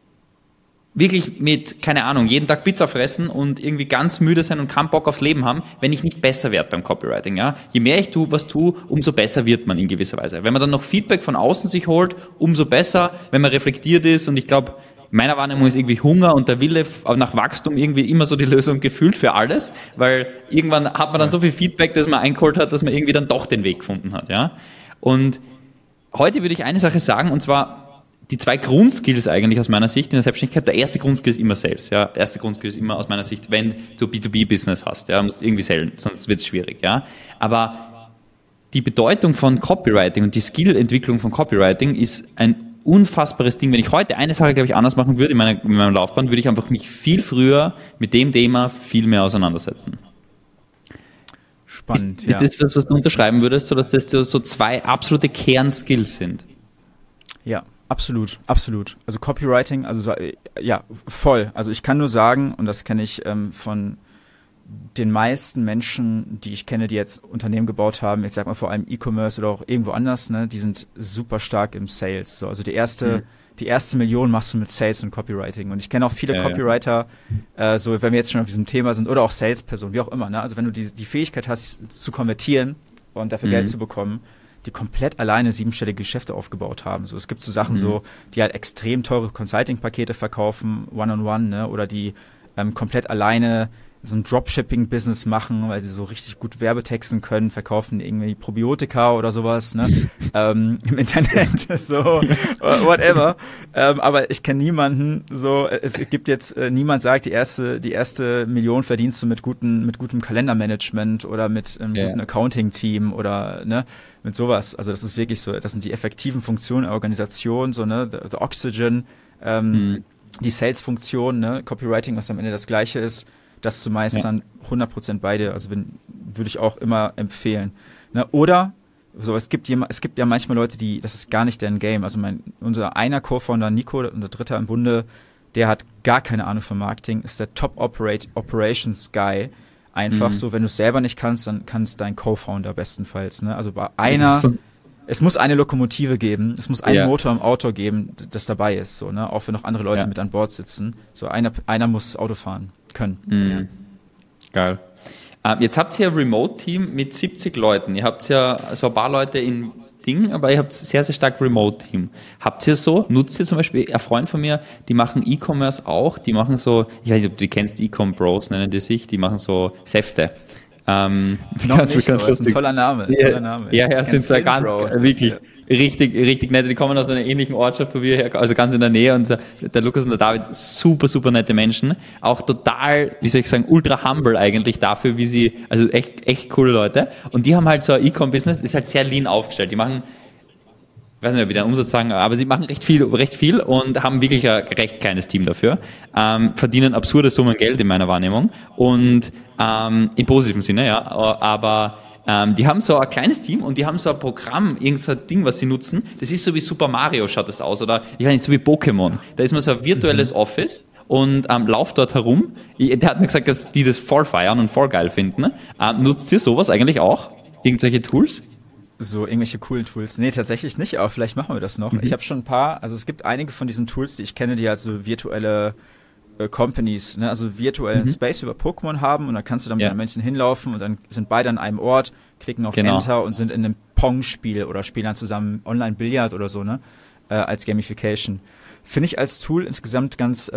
wirklich mit, keine Ahnung, jeden Tag Pizza fressen und irgendwie ganz müde sein und keinen Bock aufs Leben haben, wenn ich nicht besser werde beim Copywriting. Ja? Je mehr ich was tue, umso besser wird man in gewisser Weise. Wenn man dann noch Feedback von außen sich holt, umso besser, wenn man reflektiert ist. Und ich glaube, meiner Wahrnehmung ist irgendwie Hunger und der Wille nach Wachstum irgendwie immer so die Lösung gefühlt für alles, weil irgendwann hat man dann so viel Feedback, dass man eingeholt hat, dass man irgendwie dann doch den Weg gefunden hat. Ja? Und heute würde ich eine Sache sagen, und zwar die 2 Grundskills eigentlich aus meiner Sicht in der Selbstständigkeit. Der erste Grundskill ist immer Sales. Ja? Der erste Grundskill ist immer aus meiner Sicht, wenn du B2B-Business hast, ja, musst irgendwie sellen, sonst wird es schwierig. Ja? Aber die Bedeutung von Copywriting und die Skillentwicklung von Copywriting ist ein unfassbares Ding. Wenn ich heute eine Sache, glaube ich, anders machen würde in meiner Laufbahn, würde ich einfach mich viel früher mit dem Thema viel mehr auseinandersetzen. Spannend, Ist das was du unterschreiben würdest, so dass das so 2 absolute Kernskills sind? Ja, Absolut, absolut. Also Copywriting, also ja, voll. Also ich kann nur sagen, und das kenne ich von den meisten Menschen, die ich kenne, die jetzt Unternehmen gebaut haben, jetzt sag mal vor allem E-Commerce oder auch irgendwo anders, ne, die sind super stark im Sales. So, also die erste Million machst du mit Sales und Copywriting. Und ich kenne auch viele Copywriter, so wenn wir jetzt schon auf diesem Thema sind, oder auch Salespersonen, wie auch immer, ne? Also wenn du die Fähigkeit hast, zu konvertieren und dafür Geld zu bekommen, die komplett alleine siebenstellige Geschäfte aufgebaut haben. So, es gibt so Sachen so, die halt extrem teure Consulting-Pakete verkaufen, One-on-One, ne? Oder die komplett alleine so ein Dropshipping-Business machen, weil sie so richtig gut Werbetexten können, verkaufen irgendwie Probiotika oder sowas, ne? Im Internet, so, whatever. Aber ich kenne niemanden, so, es gibt jetzt, niemand sagt, die erste Million verdienst du mit gutem Kalendermanagement oder mit einem guten Accounting-Team oder, ne, mit sowas. Also das ist wirklich so, das sind die effektiven Funktionen der Organisation, so, ne, the Oxygen, die Sales-Funktion, ne, Copywriting, was am Ende das Gleiche ist, das zu meistern, 100% beide, also würde ich auch immer empfehlen. Ne? Oder, so, es gibt ja manchmal Leute, das ist gar nicht deren Game. Also unser einer Co-Founder Nico, unser Dritter im Bunde, der hat gar keine Ahnung von Marketing, ist der Top-Operations Guy. Einfach so, wenn du es selber nicht kannst, dann kann es dein Co-Founder bestenfalls. Ne? Also bei es muss eine Lokomotive geben, es muss einen Motor im Auto geben, das dabei ist, so, ne? Auch wenn noch andere Leute mit an Bord sitzen. So, einer muss Auto fahren können. Ja. Geil. Jetzt habt ihr ein Remote-Team mit 70 Leuten. Ihr habt ja so ein paar Leute in Ding, aber ihr habt sehr, sehr stark Remote-Team. Habt ihr so, nutzt ihr zum Beispiel, ein Freund von mir, die machen E-Commerce auch, die machen so, ich weiß nicht, ob du die kennst, E-Com-Bros nennen die sich, die machen so Säfte. Noch nicht, das ist ein toller Name. Ja, sind so ganz, wirklich richtig nette. Die kommen aus einer ähnlichen Ortschaft, wo wir her, also ganz in der Nähe, und der Lukas und der David, super, super nette Menschen. Auch total, wie soll ich sagen, ultra humble eigentlich dafür, wie sie, also echt coole Leute. Und die haben halt so ein E-Com-Business, ist halt sehr lean aufgestellt. Die machen, ich weiß nicht, ob wir den Umsatz sagen, aber sie machen recht viel und haben wirklich ein recht kleines Team dafür, verdienen absurde Summen Geld in meiner Wahrnehmung und im positiven Sinne, ja, aber die haben so ein kleines Team und die haben so ein Programm, irgend so ein Ding, was sie nutzen, das ist so wie Super Mario schaut das aus, oder ich weiß nicht, so wie Pokémon. Da ist man so ein virtuelles Office und lauft dort herum. Der hat mir gesagt, dass die das voll feiern und voll geil finden. Nutzt ihr sowas eigentlich auch? Irgendwelche Tools? So irgendwelche coolen Tools? Nee, tatsächlich nicht, aber vielleicht machen wir das noch. Ich habe schon ein paar, also es gibt einige von diesen Tools, die ich kenne, die halt so virtuelle Companies, ne, also virtuellen Space über Pokémon haben, und dann kannst du dann mit einem Menschen hinlaufen und dann sind beide an einem Ort, klicken auf Enter und sind in einem Pong-Spiel oder spielen dann zusammen Online-Billard oder so, ne, als Gamification. Finde ich als Tool insgesamt ganz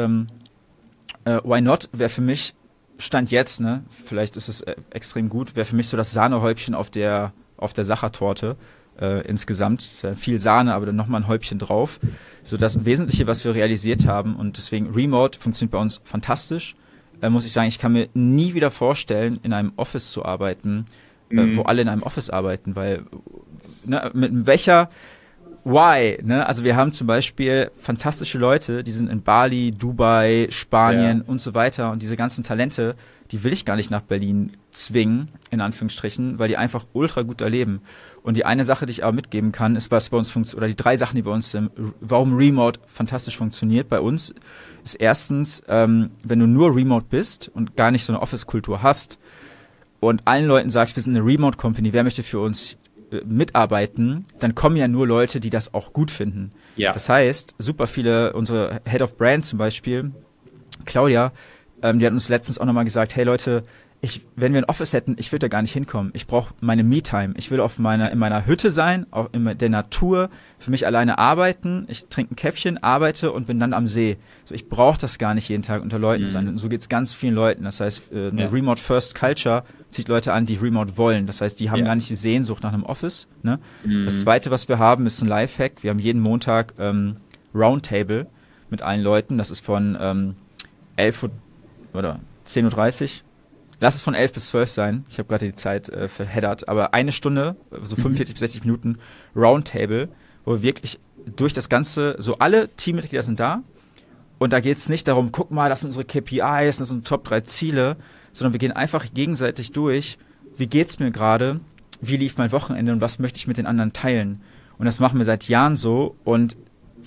why not, wäre für mich, Stand jetzt, ne, vielleicht ist es extrem gut, wäre für mich so das Sahnehäubchen auf der Sachertorte insgesamt. Viel Sahne, aber dann nochmal ein Häubchen drauf. So das Wesentliche, was wir realisiert haben, und deswegen Remote funktioniert bei uns fantastisch, muss ich sagen, ich kann mir nie wieder vorstellen, in einem Office zu arbeiten, wo alle in einem Office arbeiten, weil ne, mit welcher Why, ne? Also wir haben zum Beispiel fantastische Leute, die sind in Bali, Dubai, Spanien und so weiter, und diese ganzen Talente, die will ich gar nicht nach Berlin zwingen, in Anführungsstrichen, weil die einfach ultra gut erleben. Und die eine Sache, die ich aber mitgeben kann, ist, was bei uns funktioniert, oder die drei Sachen, die bei uns, warum Remote fantastisch funktioniert bei uns, ist erstens, wenn du nur Remote bist und gar nicht so eine Office-Kultur hast und allen Leuten sagst, wir sind eine Remote-Company, wer möchte für uns mitarbeiten, dann kommen ja nur Leute, die das auch gut finden. Ja. Das heißt, super viele, unsere Head of Brand zum Beispiel, Claudia, die hat uns letztens auch nochmal gesagt, hey Leute, wenn wir ein Office hätten, ich würde da gar nicht hinkommen. Ich brauche meine Me-Time. Ich will in meiner Hütte sein, auch in der Natur, für mich alleine arbeiten. Ich trinke ein Käffchen, arbeite und bin dann am See. So, ich brauche das gar nicht jeden Tag unter Leuten sein. Und so geht's ganz vielen Leuten. Das heißt, eine Remote-First-Culture zieht Leute an, die Remote wollen. Das heißt, die haben gar nicht die Sehnsucht nach einem Office. Ne? Das Zweite, was wir haben, ist ein Lifehack. Wir haben jeden Montag Roundtable mit allen Leuten. Das ist von 11 Uhr oder 10:30 Uhr. Lass es von 11 bis 12 sein. Ich habe gerade die Zeit verheddert. Aber eine Stunde, so 45 bis 60 Minuten Roundtable, wo wir wirklich durch das Ganze, so alle Teammitglieder sind da. Und da geht es nicht darum, guck mal, das sind unsere KPIs, das sind Top 3 Ziele, sondern wir gehen einfach gegenseitig durch, wie geht's mir gerade, wie lief mein Wochenende und was möchte ich mit den anderen teilen. Und das machen wir seit Jahren so, und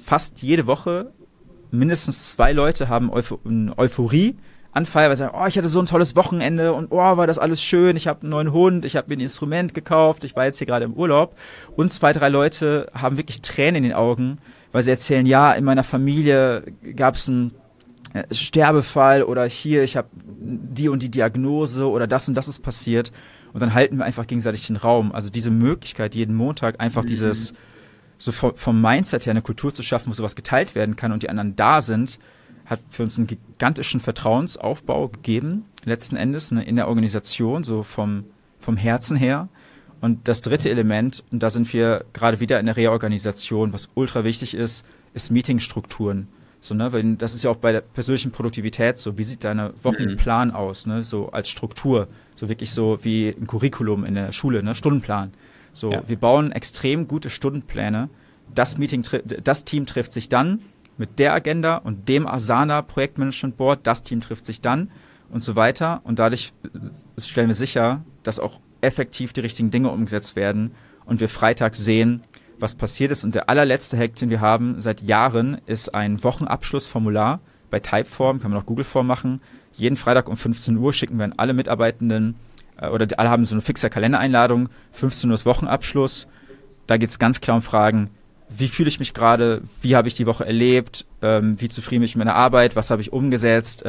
fast jede Woche mindestens 2 Leute haben einen Euphorie-Anfall, weil sie sagen, ich hatte so ein tolles Wochenende und war das alles schön, ich habe einen neuen Hund, ich habe mir ein Instrument gekauft, ich war jetzt hier gerade im Urlaub. Und 2, 3 Leute haben wirklich Tränen in den Augen, weil sie erzählen, ja, in meiner Familie gab es einen Sterbefall oder hier, ich habe die und die Diagnose oder das und das ist passiert. Und dann halten wir einfach gegenseitig den Raum. Also diese Möglichkeit, jeden Montag einfach dieses, so vom Mindset her eine Kultur zu schaffen, wo sowas geteilt werden kann und die anderen da sind, hat für uns einen gigantischen Vertrauensaufbau gegeben, letzten Endes, in der Organisation, so vom Herzen her. Und das dritte Element, und da sind wir gerade wieder in der Reorganisation, was ultra wichtig ist Meetingstrukturen. So, ne, weil das ist ja auch bei der persönlichen Produktivität so. Wie sieht deine Wochenplan aus, ne, so als Struktur? So wirklich so wie ein Curriculum in der Schule, ne, Stundenplan. So, wir bauen extrem gute Stundenpläne. Das Team trifft sich dann mit der Agenda und dem Asana Projektmanagement Board. Das Team trifft sich dann und so weiter. Und dadurch stellen wir sicher, dass auch effektiv die richtigen Dinge umgesetzt werden und wir freitags sehen, was passiert ist. Und der allerletzte Hack, den wir haben seit Jahren, ist ein Wochenabschlussformular. Bei Typeform kann man auch Google-Form machen. Jeden Freitag um 15 Uhr schicken wir an alle Mitarbeitenden, oder alle haben so eine fixe Kalendereinladung, 15 Uhr ist Wochenabschluss. Da geht es ganz klar um Fragen, wie fühle ich mich gerade, wie habe ich die Woche erlebt, wie zufrieden bin ich mit meiner Arbeit, was habe ich umgesetzt,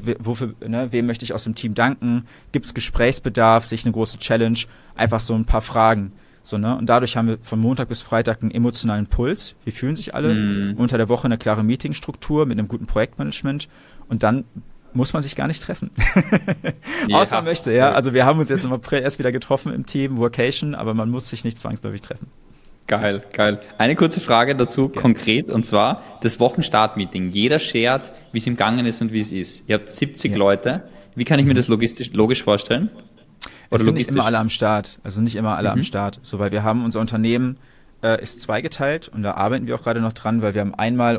wem möchte ich aus dem Team danken, gibt es Gesprächsbedarf, sehe ich eine große Challenge, einfach so ein paar Fragen. So, ne? Und dadurch haben wir von Montag bis Freitag einen emotionalen Puls. Wie fühlen sich alle? Unter der Woche eine klare Meetingstruktur mit einem guten Projektmanagement. Und dann muss man sich gar nicht treffen. Außer man möchte, ja. Also wir haben uns jetzt im April erst wieder getroffen im Team, Workation, aber man muss sich nicht zwangsläufig treffen. Geil. Eine kurze Frage dazu, konkret, und zwar das Wochenstartmeeting. Jeder shared, wie es ihm gegangen ist und wie es ist. Ihr habt 70 Leute. Wie kann ich mir das logisch vorstellen? Es sind nicht immer alle am Start. So, weil wir haben unser Unternehmen ist zweigeteilt und da arbeiten wir auch gerade noch dran, weil wir haben einmal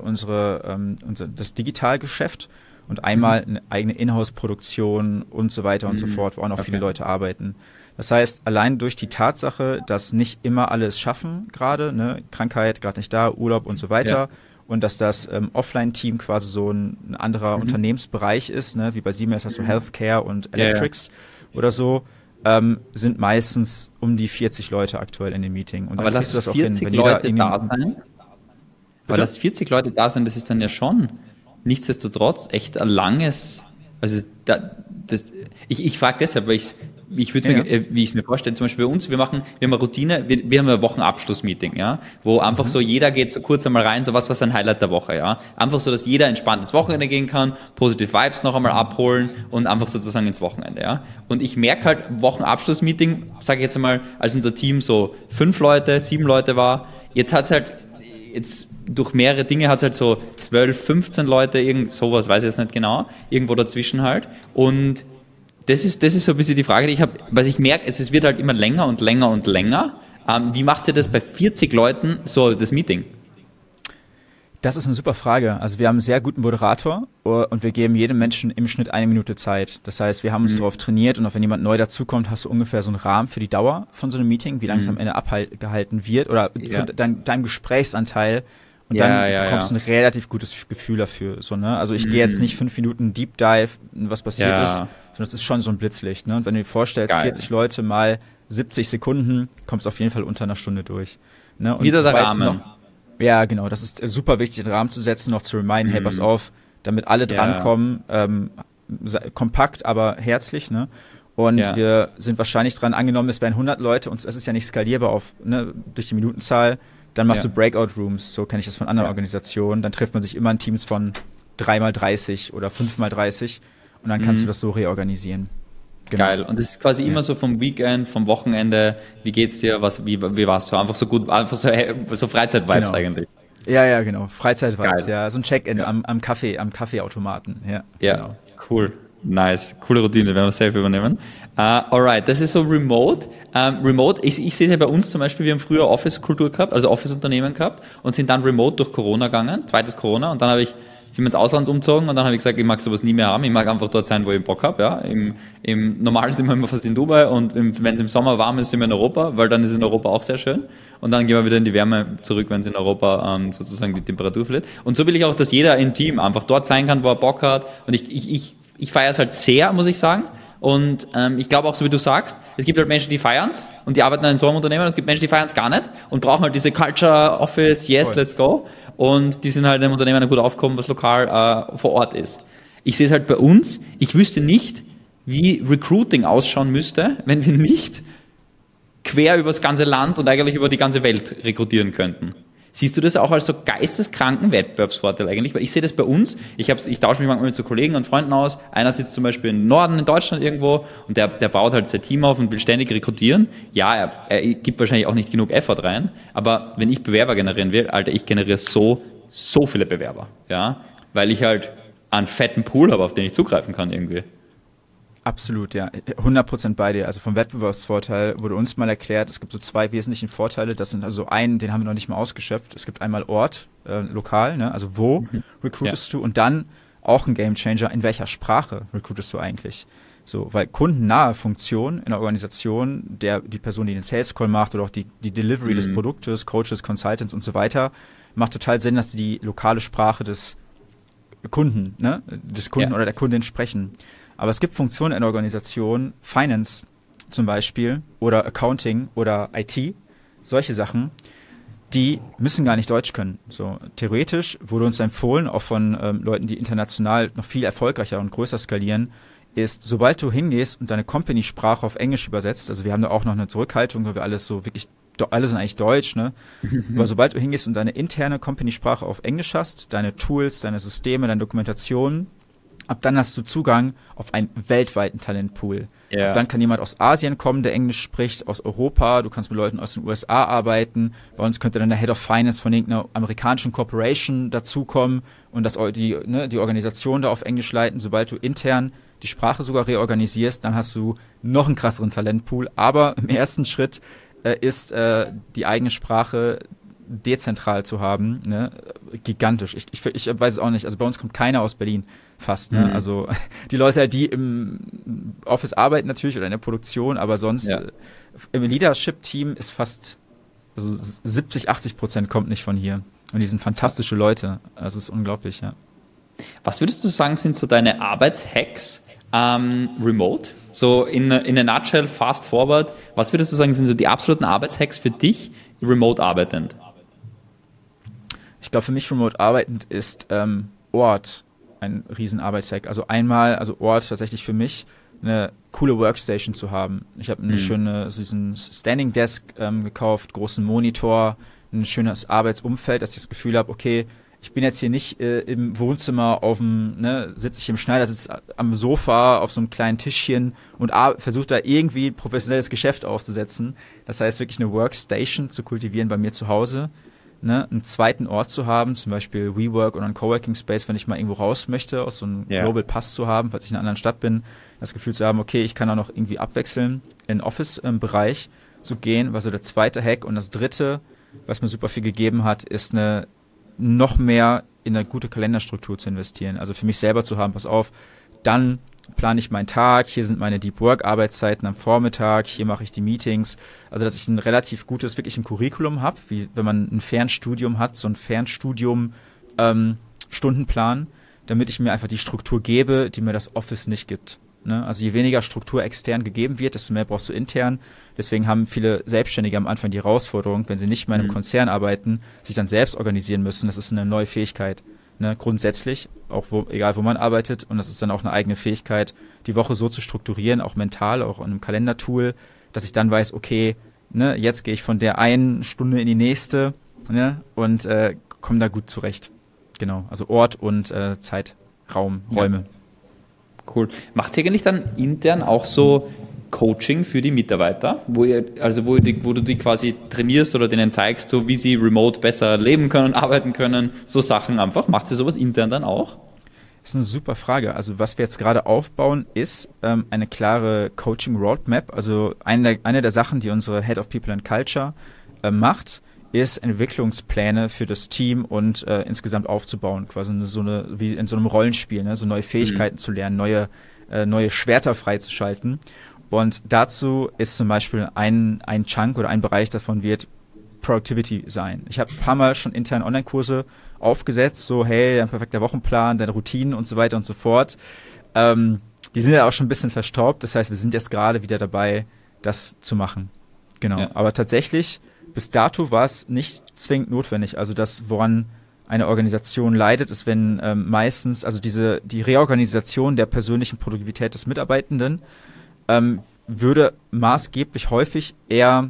das Digitalgeschäft und einmal eine eigene Inhouse-Produktion und so weiter und so fort, wo auch noch viele Leute arbeiten. Das heißt, allein durch die Tatsache, dass nicht immer alle es schaffen gerade, ne, Krankheit, gerade nicht da, Urlaub und so weiter, und dass das Offline-Team quasi so ein anderer Unternehmensbereich ist, ne, wie bei Siemens hast du Healthcare und Electrics oder so, sind meistens um die 40 Leute aktuell in dem Meeting. Und aber lass das 40 Leute da sein. Aber dass 40 Leute da sind, das ist dann ja schon nichtsdestotrotz echt ein langes, also ich frage deshalb, weil wie ich es mir vorstelle, zum Beispiel bei uns, wir haben eine Routine, wir haben ein Wochenabschlussmeeting, ja, wo einfach so jeder geht so kurz einmal rein, so was war sein Highlight der Woche, ja, einfach so, dass jeder entspannt ins Wochenende gehen kann, positive Vibes noch einmal abholen und einfach sozusagen ins Wochenende, ja. Und ich merke halt, Wochenabschlussmeeting, sage ich jetzt einmal, als unser Team so 5 Leute, 7 Leute war, jetzt durch mehrere Dinge hat es halt so 12, 15 Leute, irgend sowas, weiß ich jetzt nicht genau, irgendwo dazwischen halt. Und das ist so ein bisschen die Frage, die ich habe, weil ich merke, es wird halt immer länger und länger und länger. Wie macht ihr das bei 40 Leuten, so das Meeting? Das ist eine super Frage. Also wir haben einen sehr guten Moderator und wir geben jedem Menschen im Schnitt 1 Minute Zeit. Das heißt, wir haben uns darauf trainiert und auch wenn jemand neu dazukommt, hast du ungefähr so einen Rahmen für die Dauer von so einem Meeting, wie lange es am Ende abgehalten wird oder für deinem Gesprächsanteil. Und dann bekommst du ein relativ gutes Gefühl dafür. So, ne? Also ich gehe jetzt nicht 5 Minuten Deep Dive, was passiert ist, sondern es ist schon so ein Blitzlicht. Ne? Und wenn du dir vorstellst, 40 Leute mal 70 Sekunden, kommst du auf jeden Fall unter einer Stunde durch. Ne? Und wieder der Rahmen. Ja, genau. Das ist super wichtig, den Rahmen zu setzen, noch zu reminden, hey, pass auf, damit alle drankommen, kompakt, aber herzlich. Ne? Und wir sind wahrscheinlich dran, angenommen, es wären 100 Leute und es ist ja nicht skalierbar durch die Minutenzahl, dann machst du Breakout-Rooms, so kenne ich das von anderen Organisationen. Dann trifft man sich immer in Teams von 3x30 oder 5x30 und dann kannst du das so reorganisieren. Genau. Geil. Und es ist quasi immer so vom Weekend, vom Wochenende, wie geht's dir, wie warst du? Einfach so gut, einfach so Freizeit-Vibes eigentlich. Ja, genau. Freizeit-Vibes, ja. So ein Check-in am Kaffeeautomaten. Ja, genau. Cool. Nice. Coole Routine, werden wir safe übernehmen. Alright, das ist so Remote. Ich sehe es ja bei uns zum Beispiel, wir haben früher Office-Kultur gehabt, also Office-Unternehmen gehabt und sind dann remote durch Corona gegangen, zweites Corona, und dann sind wir ins Ausland umgezogen und dann habe ich gesagt, ich mag sowas nie mehr haben, ich mag einfach dort sein, wo ich Bock habe. Ja. Im Normalen sind wir immer fast in Dubai und wenn es im Sommer warm ist, sind wir in Europa, weil dann ist in Europa auch sehr schön. und dann gehen wir wieder in die Wärme zurück, wenn es in Europa sozusagen die Temperatur verliert. Und so will ich auch, dass jeder im Team einfach dort sein kann, wo er Bock hat. Und ich feiere es halt sehr, muss ich sagen. Und ich glaube auch, so wie du sagst, es gibt halt Menschen, die feiern es und die arbeiten in so einem Unternehmen. Es gibt Menschen, die feiern es gar nicht und brauchen halt diese Culture, Office, yes, voll, let's go. Und die sind halt im Unternehmen gut aufgekommen, was lokal vor Ort ist. Ich sehe es halt bei uns, ich wüsste nicht, wie Recruiting ausschauen müsste, wenn wir nicht quer über das ganze Land und eigentlich über die ganze Welt rekrutieren könnten. Siehst du das auch als so geisteskranken Wettbewerbsvorteil eigentlich? Weil ich sehe das bei uns, ich tausche mich manchmal mit so Kollegen und Freunden aus, einer sitzt zum Beispiel im Norden in Deutschland irgendwo und der baut halt sein Team auf und will ständig rekrutieren. Ja, er gibt wahrscheinlich auch nicht genug Effort rein, aber wenn ich Bewerber generieren will, Alter, ich generiere so viele Bewerber, ja, weil ich halt einen fetten Pool habe, auf den ich zugreifen kann irgendwie. Absolut, ja. 100% bei dir. Also vom Wettbewerbsvorteil wurde uns mal erklärt, es gibt so 2 wesentliche Vorteile. Das sind also den haben wir noch nicht mal ausgeschöpft. Es gibt einmal Ort, lokal, ne? Also wo recruitest du? Und dann auch ein Gamechanger, in welcher Sprache recruitest du eigentlich? So, weil kundennahe Funktion in der Organisation, die Person, die den Sales Call macht oder auch die Delivery des Produktes, Coaches, Consultants und so weiter, macht total Sinn, dass die lokale Sprache des Kunden, ne? Des Kunden oder der Kundin sprechen. Aber es gibt Funktionen in der Organisation, Finance zum Beispiel oder Accounting oder IT, solche Sachen, die müssen gar nicht Deutsch können. So theoretisch wurde uns empfohlen, auch von Leuten, die international noch viel erfolgreicher und größer skalieren, ist, sobald du hingehst und deine Company-Sprache auf Englisch übersetzt, also wir haben da auch noch eine Zurückhaltung, weil wir alles so wirklich, alle sind eigentlich Deutsch, ne? Aber sobald du hingehst und deine interne Company-Sprache auf Englisch hast, deine Tools, deine Systeme, deine Dokumentation, ab dann hast du Zugang auf einen weltweiten Talentpool. Yeah. Dann kann jemand aus Asien kommen, der Englisch spricht, aus Europa, du kannst mit Leuten aus den USA arbeiten, bei uns könnte dann der Head of Finance von irgendeiner amerikanischen Corporation dazukommen und die Organisation da auf Englisch leiten. Sobald du intern die Sprache sogar reorganisierst, dann hast du noch einen krasseren Talentpool, aber im ersten Schritt ist die eigene Sprache dezentral zu haben, ne, gigantisch. Ich weiß es auch nicht, also bei uns kommt keiner aus Berlin, fast, ne, also die Leute, die im Office arbeiten natürlich oder in der Produktion, aber sonst im Leadership-Team ist fast, also 70-80% kommt nicht von hier und die sind fantastische Leute, also es ist unglaublich, ja. Was würdest du sagen, sind so deine Arbeitshacks remote? So in a nutshell, fast forward, was würdest du sagen, sind so die absoluten Arbeitshacks für dich, remote arbeitend? Ich glaube, für mich remote arbeitend ist Ort ein riesen Arbeitshack. Also Ort tatsächlich für mich, eine coole Workstation zu haben. Ich habe eine schöne, so diesen Standing Desk gekauft, großen Monitor, ein schönes Arbeitsumfeld, dass ich das Gefühl habe, okay, ich bin jetzt hier nicht im Wohnzimmer sitze ich im Schneidersitz am Sofa auf so einem kleinen Tischchen und versuche da irgendwie professionelles Geschäft aufzusetzen. Das heißt, wirklich eine Workstation zu kultivieren bei mir zu Hause, ne, einen zweiten Ort zu haben, zum Beispiel WeWork oder ein Coworking Space, wenn ich mal irgendwo raus möchte, aus so einem Global Pass zu haben, falls ich in einer anderen Stadt bin, das Gefühl zu haben, okay, ich kann auch noch irgendwie abwechseln, in den Office-Bereich zu gehen, war so der zweite Hack. Und das dritte, was mir super viel gegeben hat, ist noch mehr in eine gute Kalenderstruktur zu investieren. Also für mich selber zu haben, pass auf, dann plane ich meinen Tag, hier sind meine Deep Work Arbeitszeiten am Vormittag, hier mache ich die Meetings, also dass ich ein relativ gutes, wirklich ein Curriculum habe, wie wenn man ein Fernstudium hat, so ein Fernstudium Stundenplan, damit ich mir einfach die Struktur gebe, die mir das Office nicht gibt. Ne? Also je weniger Struktur extern gegeben wird, desto mehr brauchst du intern. Deswegen haben viele Selbstständige am Anfang die Herausforderung, wenn sie nicht mehr in einem Konzern arbeiten, sich dann selbst organisieren müssen. Das ist eine neue Fähigkeit. Ne? Grundsätzlich, auch egal wo man arbeitet. Und das ist dann auch eine eigene Fähigkeit, die Woche so zu strukturieren, auch mental, auch in einem Kalendertool, dass ich dann weiß, okay, ne, jetzt gehe ich von der einen Stunde in die nächste, ne, und komme da gut zurecht. Genau, also Ort und Räume. Cool. Macht ihr eigentlich dann intern auch so Coaching für die Mitarbeiter, wo du die quasi trainierst oder denen zeigst, so wie sie remote besser leben können, arbeiten können, so Sachen einfach? Macht ihr sowas intern dann auch? Das ist eine super Frage. Also was wir jetzt gerade aufbauen, ist eine klare Coaching-Roadmap. Also eine der Sachen, die unsere Head of People and Culture macht, ist Entwicklungspläne für das Team und insgesamt aufzubauen, quasi wie in so einem Rollenspiel, ne? So neue Fähigkeiten zu lernen, neue Schwerter freizuschalten. Und dazu ist zum Beispiel ein Chunk oder ein Bereich davon wird Productivity sein. Ich habe ein paar Mal schon intern Online-Kurse aufgesetzt, so hey, ein perfekter Wochenplan, deine Routinen und so weiter und so fort. Die sind ja auch schon ein bisschen verstaubt, das heißt, wir sind jetzt gerade wieder dabei, das zu machen. Genau, ja. Aber tatsächlich, bis dato war es nicht zwingend notwendig. Also das, woran eine Organisation leidet, ist, wenn meistens, also die Reorganisation der persönlichen Produktivität des Mitarbeitenden würde maßgeblich häufig eher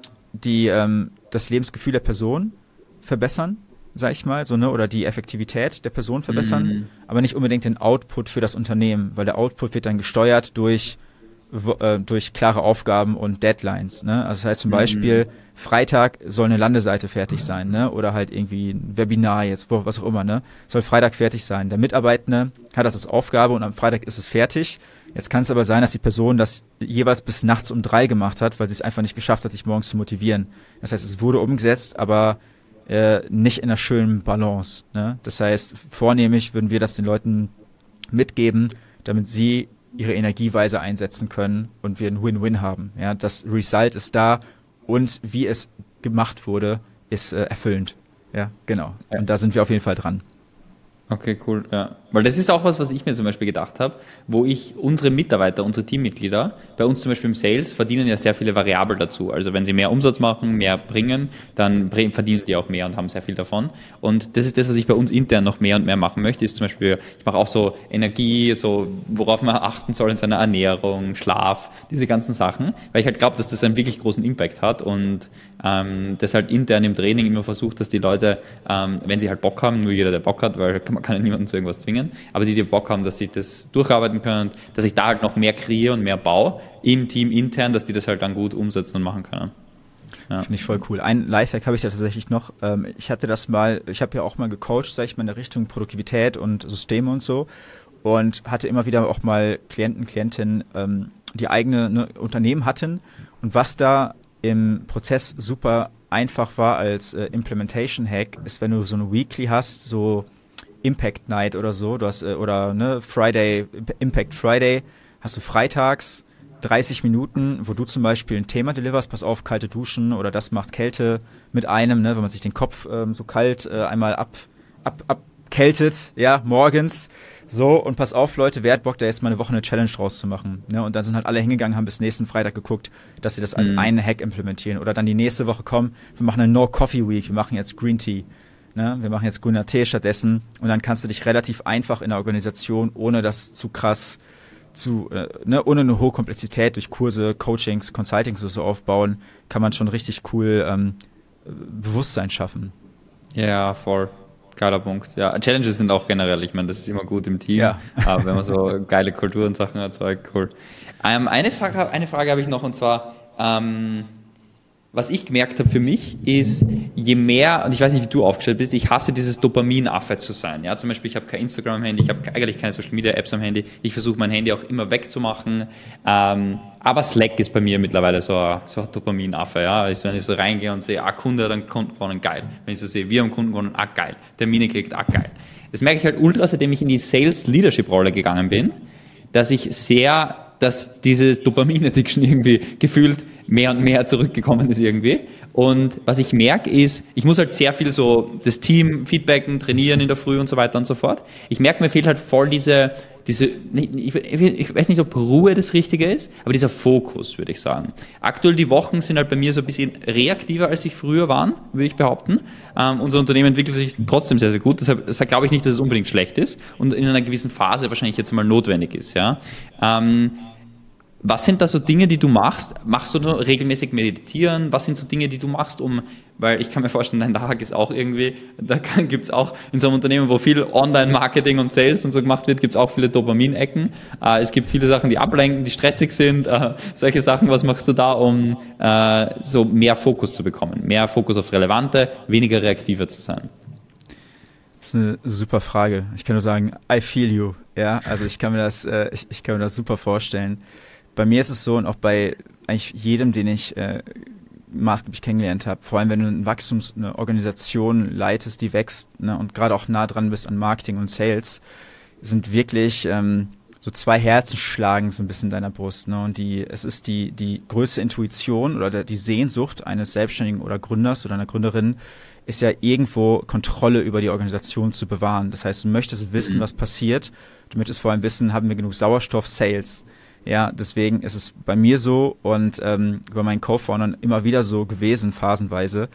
das Lebensgefühl der Person verbessern, sag ich mal, so, ne, oder die Effektivität der Person verbessern, aber nicht unbedingt den Output für das Unternehmen, weil der Output wird dann gesteuert durch klare Aufgaben und Deadlines, ne? Also das heißt zum Beispiel, Freitag soll eine Landeseite fertig sein, ne? Oder halt irgendwie ein Webinar jetzt, was auch immer, ne? Soll Freitag fertig sein. Der Mitarbeitende hat das als Aufgabe und am Freitag ist es fertig. Jetzt kann es aber sein, dass die Person das jeweils bis nachts um 3 gemacht hat, weil sie es einfach nicht geschafft hat, sich morgens zu motivieren. Das heißt, es wurde umgesetzt, aber nicht in einer schönen Balance, ne? Das heißt, vornehmlich würden wir das den Leuten mitgeben, damit sie ihre Energieweise einsetzen können und wir einen Win-Win haben. Ja, das Result ist da und wie es gemacht wurde, ist erfüllend. Ja, genau. Ja. Und da sind wir auf jeden Fall dran. Okay, cool. Ja. Weil das ist auch was ich mir zum Beispiel gedacht habe, wo ich unsere Mitarbeiter, unsere Teammitglieder, bei uns zum Beispiel im Sales, verdienen ja sehr viele Variablen dazu. Also wenn sie mehr Umsatz machen, mehr bringen, dann verdienen die auch mehr und haben sehr viel davon. Und das ist das, was ich bei uns intern noch mehr und mehr machen möchte, ist zum Beispiel, ich mache auch so Energie, so worauf man achten soll in seiner Ernährung, Schlaf, diese ganzen Sachen, weil ich halt glaube, dass das einen wirklich großen Impact hat und das halt intern im Training immer versucht, dass die Leute, wenn sie halt Bock haben, nur jeder, der Bock hat, weil man kann ja niemanden zu irgendwas zwingen, aber die Bock haben, dass sie das durcharbeiten können, dass ich da halt noch mehr kreiere und mehr baue im Team intern, dass die das halt dann gut umsetzen und machen können. Ja. Finde ich voll cool. Ein Lifehack habe ich da tatsächlich noch. Ich habe ja auch mal gecoacht, sag ich mal, in der Richtung Produktivität und Systeme und so und hatte immer wieder auch mal Klientinnen, die eigene Unternehmen hatten und was da im Prozess super einfach war als Implementation-Hack, ist, wenn du so eine Weekly hast, so Impact Night oder so, du hast, oder ne, Friday, Impact Friday, hast du freitags 30 Minuten, wo du zum Beispiel ein Thema deliverst, pass auf, kalte Duschen oder das macht Kälte mit einem, ne, wenn man sich den Kopf so kalt einmal abkältet, ja, morgens, so, und pass auf, Leute, wer hat Bock, da jetzt mal eine Woche eine Challenge draus zu machen, ne, und dann sind halt alle hingegangen, haben bis nächsten Freitag geguckt, dass sie das als einen Hack implementieren oder dann die nächste Woche kommen, wir machen eine No-Coffee-Week, wir machen jetzt Green Tea, ne, wir machen jetzt grüner Tee stattdessen und dann kannst du dich relativ einfach in der Organisation, ohne das zu krass ohne eine hohe Komplexität durch Kurse, Coachings, Consultings so aufbauen, kann man schon richtig cool Bewusstsein schaffen. Ja, voll. Geiler Punkt. Ja, Challenges sind auch generell, ich meine, das ist immer gut im Team, ja. Aber wenn man so geile Kultur und Sachen erzeugt, cool. Eine Frage habe ich noch, und zwar, was ich gemerkt habe für mich ist, je mehr, und ich weiß nicht, wie du aufgestellt bist, ich hasse dieses Dopaminaffe zu sein. Ja, zum Beispiel, ich habe kein Instagram-Handy, ich habe eigentlich keine Social-Media-Apps am Handy, ich versuche mein Handy auch immer wegzumachen, aber Slack ist bei mir mittlerweile so ein Dopaminaffe. Ja? Also wenn ich so reingehe und sehe, Kunde hat einen Kunden gewonnen, geil. Wenn ich so sehe, wir haben Kunden gewonnen, geil. Termine kriegt, geil. Das merke ich halt ultra, seitdem ich in die Sales-Leadership-Rolle gegangen bin, dass diese Dopamin-Addiction irgendwie gefühlt mehr und mehr zurückgekommen ist irgendwie. Und was ich merke ist, ich muss halt sehr viel so das Team feedbacken, trainieren in der Früh und so weiter und so fort. Ich merke, mir fehlt halt voll ich weiß nicht, ob Ruhe das Richtige ist, aber dieser Fokus, würde ich sagen. Aktuell die Wochen sind halt bei mir so ein bisschen reaktiver, als sie früher waren, würde ich behaupten. Unser Unternehmen entwickelt sich trotzdem sehr, sehr gut. Deshalb glaube ich nicht, dass es unbedingt schlecht ist und in einer gewissen Phase wahrscheinlich jetzt mal notwendig ist. Ja. Was sind da so Dinge, die du machst? Machst du regelmäßig meditieren? Was sind so Dinge, die du machst, weil ich kann mir vorstellen, dein Tag ist auch irgendwie, gibt es auch in so einem Unternehmen, wo viel Online-Marketing und Sales und so gemacht wird, gibt es auch viele Dopamin-Ecken. Es gibt viele Sachen, die ablenken, die stressig sind, solche Sachen. Was machst du da, um so mehr Fokus zu bekommen? Mehr Fokus auf Relevante, weniger reaktiver zu sein? Das ist eine super Frage. Ich kann nur sagen, I feel you. Ja, also ich kann mir das super vorstellen. Bei mir ist es so, und auch bei eigentlich jedem, den ich maßgeblich kennengelernt habe, vor allem wenn du eine Organisation leitest, die wächst, ne, und gerade auch nah dran bist an Marketing und Sales, sind wirklich so 2 Herzen schlagen so ein bisschen in deiner Brust, ne? Und es ist die größte Intuition oder die Sehnsucht eines Selbstständigen oder Gründers oder einer Gründerin ist ja irgendwo Kontrolle über die Organisation zu bewahren. Das heißt, du möchtest wissen, was passiert. Du möchtest vor allem wissen, haben wir genug Sauerstoff, Sales. Ja, deswegen ist es bei mir so und bei meinen Co-Foundern immer wieder so gewesen, phasenweise.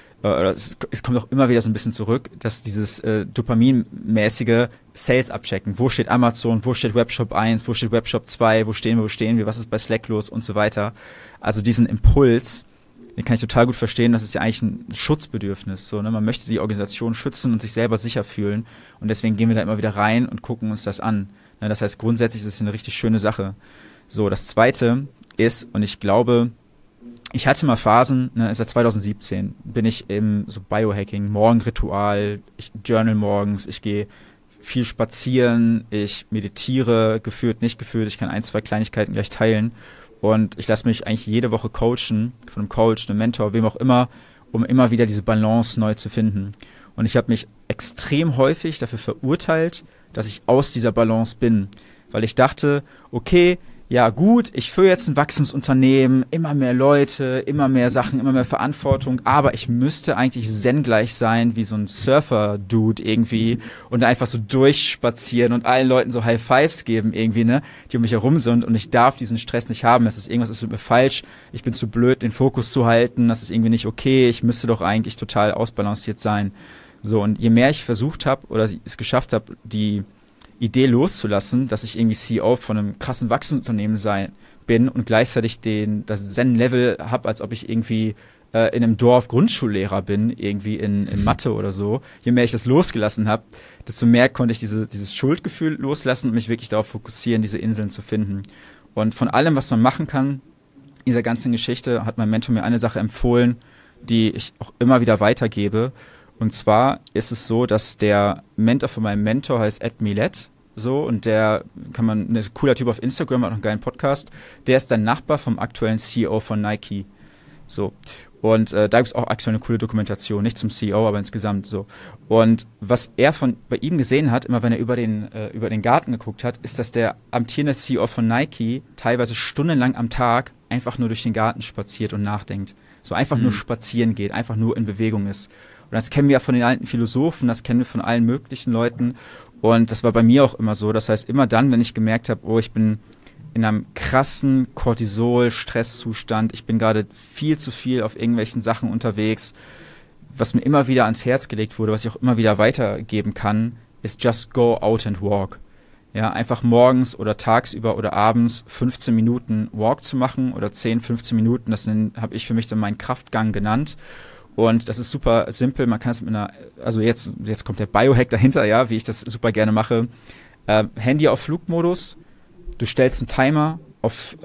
Es kommt auch immer wieder so ein bisschen zurück, dass dieses dopaminmäßige Sales abchecken. Wo steht Amazon? Wo steht Webshop 1? Wo steht Webshop 2? Wo stehen wir? Was ist bei Slack los? Und so weiter. Also diesen Impuls, den kann ich total gut verstehen. Das ist ja eigentlich ein Schutzbedürfnis. So, ne? Man möchte die Organisation schützen und sich selber sicher fühlen. Und deswegen gehen wir da immer wieder rein und gucken uns das an. Ne? Das heißt, grundsätzlich ist es eine richtig schöne Sache. So, das Zweite ist, und ich glaube, ich hatte mal Phasen, ne, seit 2017 bin ich im so Biohacking, Morgenritual, ich journal morgens, ich gehe viel spazieren, ich meditiere, geführt, nicht geführt, ich kann 1, 2 Kleinigkeiten gleich teilen und ich lasse mich eigentlich jede Woche coachen, von einem Coach, einem Mentor, wem auch immer, um immer wieder diese Balance neu zu finden. Und ich habe mich extrem häufig dafür verurteilt, dass ich aus dieser Balance bin, weil ich dachte, okay, ja gut, ich führe jetzt ein Wachstumsunternehmen, immer mehr Leute, immer mehr Sachen, immer mehr Verantwortung, aber ich müsste eigentlich zen-gleich sein, wie so ein Surfer-Dude irgendwie und einfach so durchspazieren und allen Leuten so High Fives geben irgendwie, ne, die um mich herum sind und ich darf diesen Stress nicht haben, irgendwas ist mit mir falsch, ich bin zu blöd, den Fokus zu halten, das ist irgendwie nicht okay, ich müsste doch eigentlich total ausbalanciert sein. So, und je mehr ich versucht habe oder es geschafft habe, die Idee loszulassen, dass ich irgendwie CEO von einem krassen Wachstumsunternehmen bin und gleichzeitig das Zen-Level habe, als ob ich irgendwie in einem Dorf Grundschullehrer bin, irgendwie in Mathe oder so. Je mehr ich das losgelassen habe, desto mehr konnte ich dieses Schuldgefühl loslassen und mich wirklich darauf fokussieren, diese Inseln zu finden. Und von allem, was man machen kann, dieser ganzen Geschichte, hat mein Mentor mir eine Sache empfohlen, die ich auch immer wieder weitergebe. Und zwar ist es so, dass der Mentor von meinem Mentor heißt Ed Milet, so, und der ein cooler Typ auf Instagram, hat noch einen geilen Podcast. Der ist der Nachbar vom aktuellen CEO von Nike. So. Und da gibt es auch aktuell eine coole Dokumentation, nicht zum CEO, aber insgesamt so. Und was er bei ihm gesehen hat, immer wenn er über den Garten geguckt hat, ist, dass der amtierende CEO von Nike teilweise stundenlang am Tag einfach nur durch den Garten spaziert und nachdenkt. So einfach nur spazieren geht, einfach nur in Bewegung ist. Und das kennen wir ja von den alten Philosophen, das kennen wir von allen möglichen Leuten. Und das war bei mir auch immer so. Das heißt, immer dann, wenn ich gemerkt habe, oh, ich bin in einem krassen Cortisol-Stresszustand, ich bin gerade viel zu viel auf irgendwelchen Sachen unterwegs, was mir immer wieder ans Herz gelegt wurde, was ich auch immer wieder weitergeben kann, ist just go out and walk. Ja, einfach morgens oder tagsüber oder abends 15 Minuten Walk zu machen oder 10, 15 Minuten, das habe ich für mich dann meinen Kraftgang genannt. Und das ist super simpel, man kann es also jetzt kommt der Biohack dahinter, ja, wie ich das super gerne mache. Handy auf Flugmodus, du stellst einen Timer auf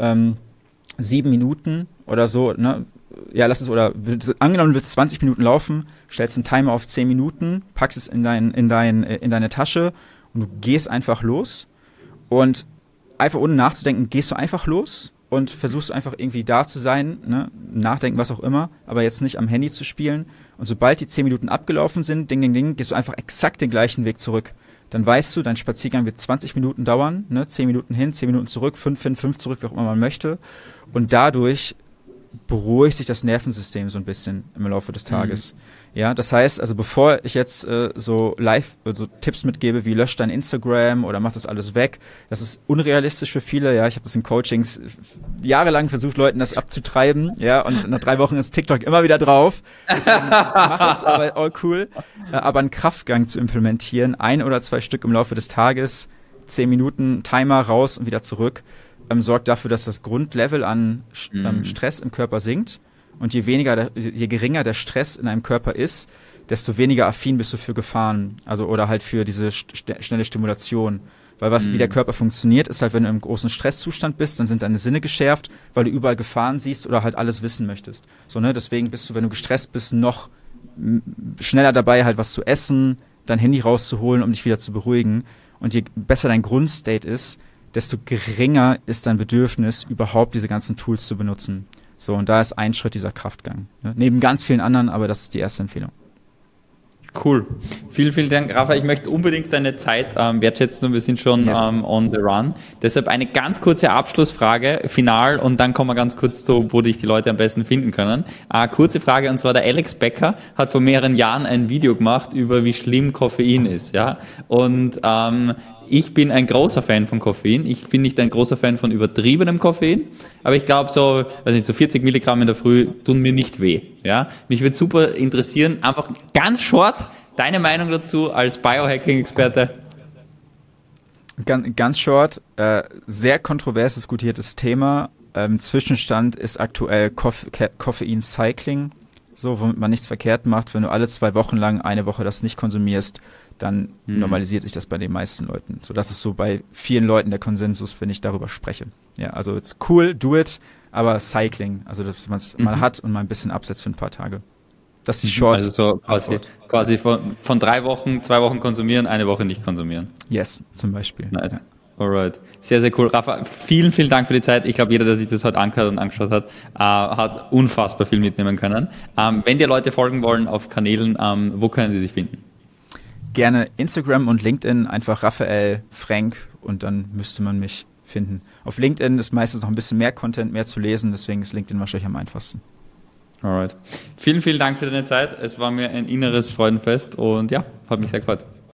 7 Minuten oder so, ne? Ja, angenommen, du willst 20 Minuten laufen, stellst einen Timer auf 10 Minuten, packst es in deine Tasche und du gehst einfach los und einfach ohne nachzudenken, gehst du einfach los und versuchst einfach irgendwie da zu sein, ne? Nachdenken, was auch immer, aber jetzt nicht am Handy zu spielen. Und sobald die 10 Minuten abgelaufen sind, ding, ding, ding, gehst du einfach exakt den gleichen Weg zurück. Dann weißt du, dein Spaziergang wird 20 Minuten dauern, ne? 10 Minuten hin, 10 Minuten zurück, 5 hin, 5 zurück, wie auch immer man möchte. Und dadurch beruhigt sich das Nervensystem so ein bisschen im Laufe des Tages. Ja, das heißt, also bevor ich jetzt so Tipps mitgebe, wie löscht dein Instagram oder mach das alles weg, das ist unrealistisch für viele. Ja, ich habe das in Coachings jahrelang versucht, Leuten das abzutreiben. Ja, und nach 3 Wochen ist TikTok immer wieder drauf. Deswegen mach es, aber all cool. Aber einen Kraftgang zu implementieren, 1 oder 2 Stück im Laufe des Tages, 10 Minuten Timer raus und wieder zurück, sorgt dafür, dass das Grundlevel an Stress im Körper sinkt. Und je geringer der Stress in einem Körper ist, desto weniger affin bist du für Gefahren, also oder halt für diese schnelle Stimulation. Weil wie der Körper funktioniert, ist halt, wenn du im großen Stresszustand bist, dann sind deine Sinne geschärft, weil du überall Gefahren siehst oder halt alles wissen möchtest. So, ne? Deswegen bist du, wenn du gestresst bist, noch schneller dabei, halt was zu essen, dein Handy rauszuholen, um dich wieder zu beruhigen. Und je besser dein Grundstate ist, desto geringer ist dein Bedürfnis, überhaupt diese ganzen Tools zu benutzen. So, und da ist ein Schritt dieser Kraftgang. Ne? Neben ganz vielen anderen, aber das ist die erste Empfehlung. Cool. Vielen, vielen Dank, Rafa. Ich möchte unbedingt deine Zeit wertschätzen und wir sind schon on the run. Deshalb eine ganz kurze Abschlussfrage, final, und dann kommen wir ganz kurz zu, wo dich die Leute am besten finden können. Kurze Frage, und zwar der Alex Becker hat vor mehreren Jahren ein Video gemacht über, wie schlimm Koffein ist. Ja? Und ich bin ein großer Fan von Koffein. Ich bin nicht ein großer Fan von übertriebenem Koffein, aber ich glaube, so 40 Milligramm in der Früh tun mir nicht weh. Ja? Mich würde super interessieren, einfach ganz short, deine Meinung dazu als Biohacking-Experte. Ganz short, sehr kontrovers diskutiertes Thema. Zwischenstand ist aktuell Koffein-Cycling, so, womit man nichts verkehrt macht. Wenn du alle 2 Wochen lang eine Woche das nicht konsumierst, dann normalisiert sich das bei den meisten Leuten. So, das ist so bei vielen Leuten der Konsensus, wenn ich darüber spreche. Ja, also it's cool, do it, aber Cycling, also dass man es mal hat und mal ein bisschen absetzt für ein paar Tage. Das ist die Short. Also so quasi von 3 Wochen, 2 Wochen konsumieren, eine Woche nicht konsumieren. Yes, zum Beispiel. Nice. Ja. Alright. Sehr, sehr cool. Rafa, vielen, vielen Dank für die Zeit. Ich glaube, jeder, der sich das heute angehört und angeschaut hat, hat unfassbar viel mitnehmen können. Wenn dir Leute folgen wollen auf Kanälen, wo können die dich finden? Gerne Instagram und LinkedIn, einfach Raphael Frank, und dann müsste man mich finden. Auf LinkedIn ist meistens noch ein bisschen mehr Content, mehr zu lesen, deswegen ist LinkedIn wahrscheinlich am einfachsten. Alright. Vielen, vielen Dank für deine Zeit. Es war mir ein inneres Freudenfest und ja, hat mich sehr gefreut.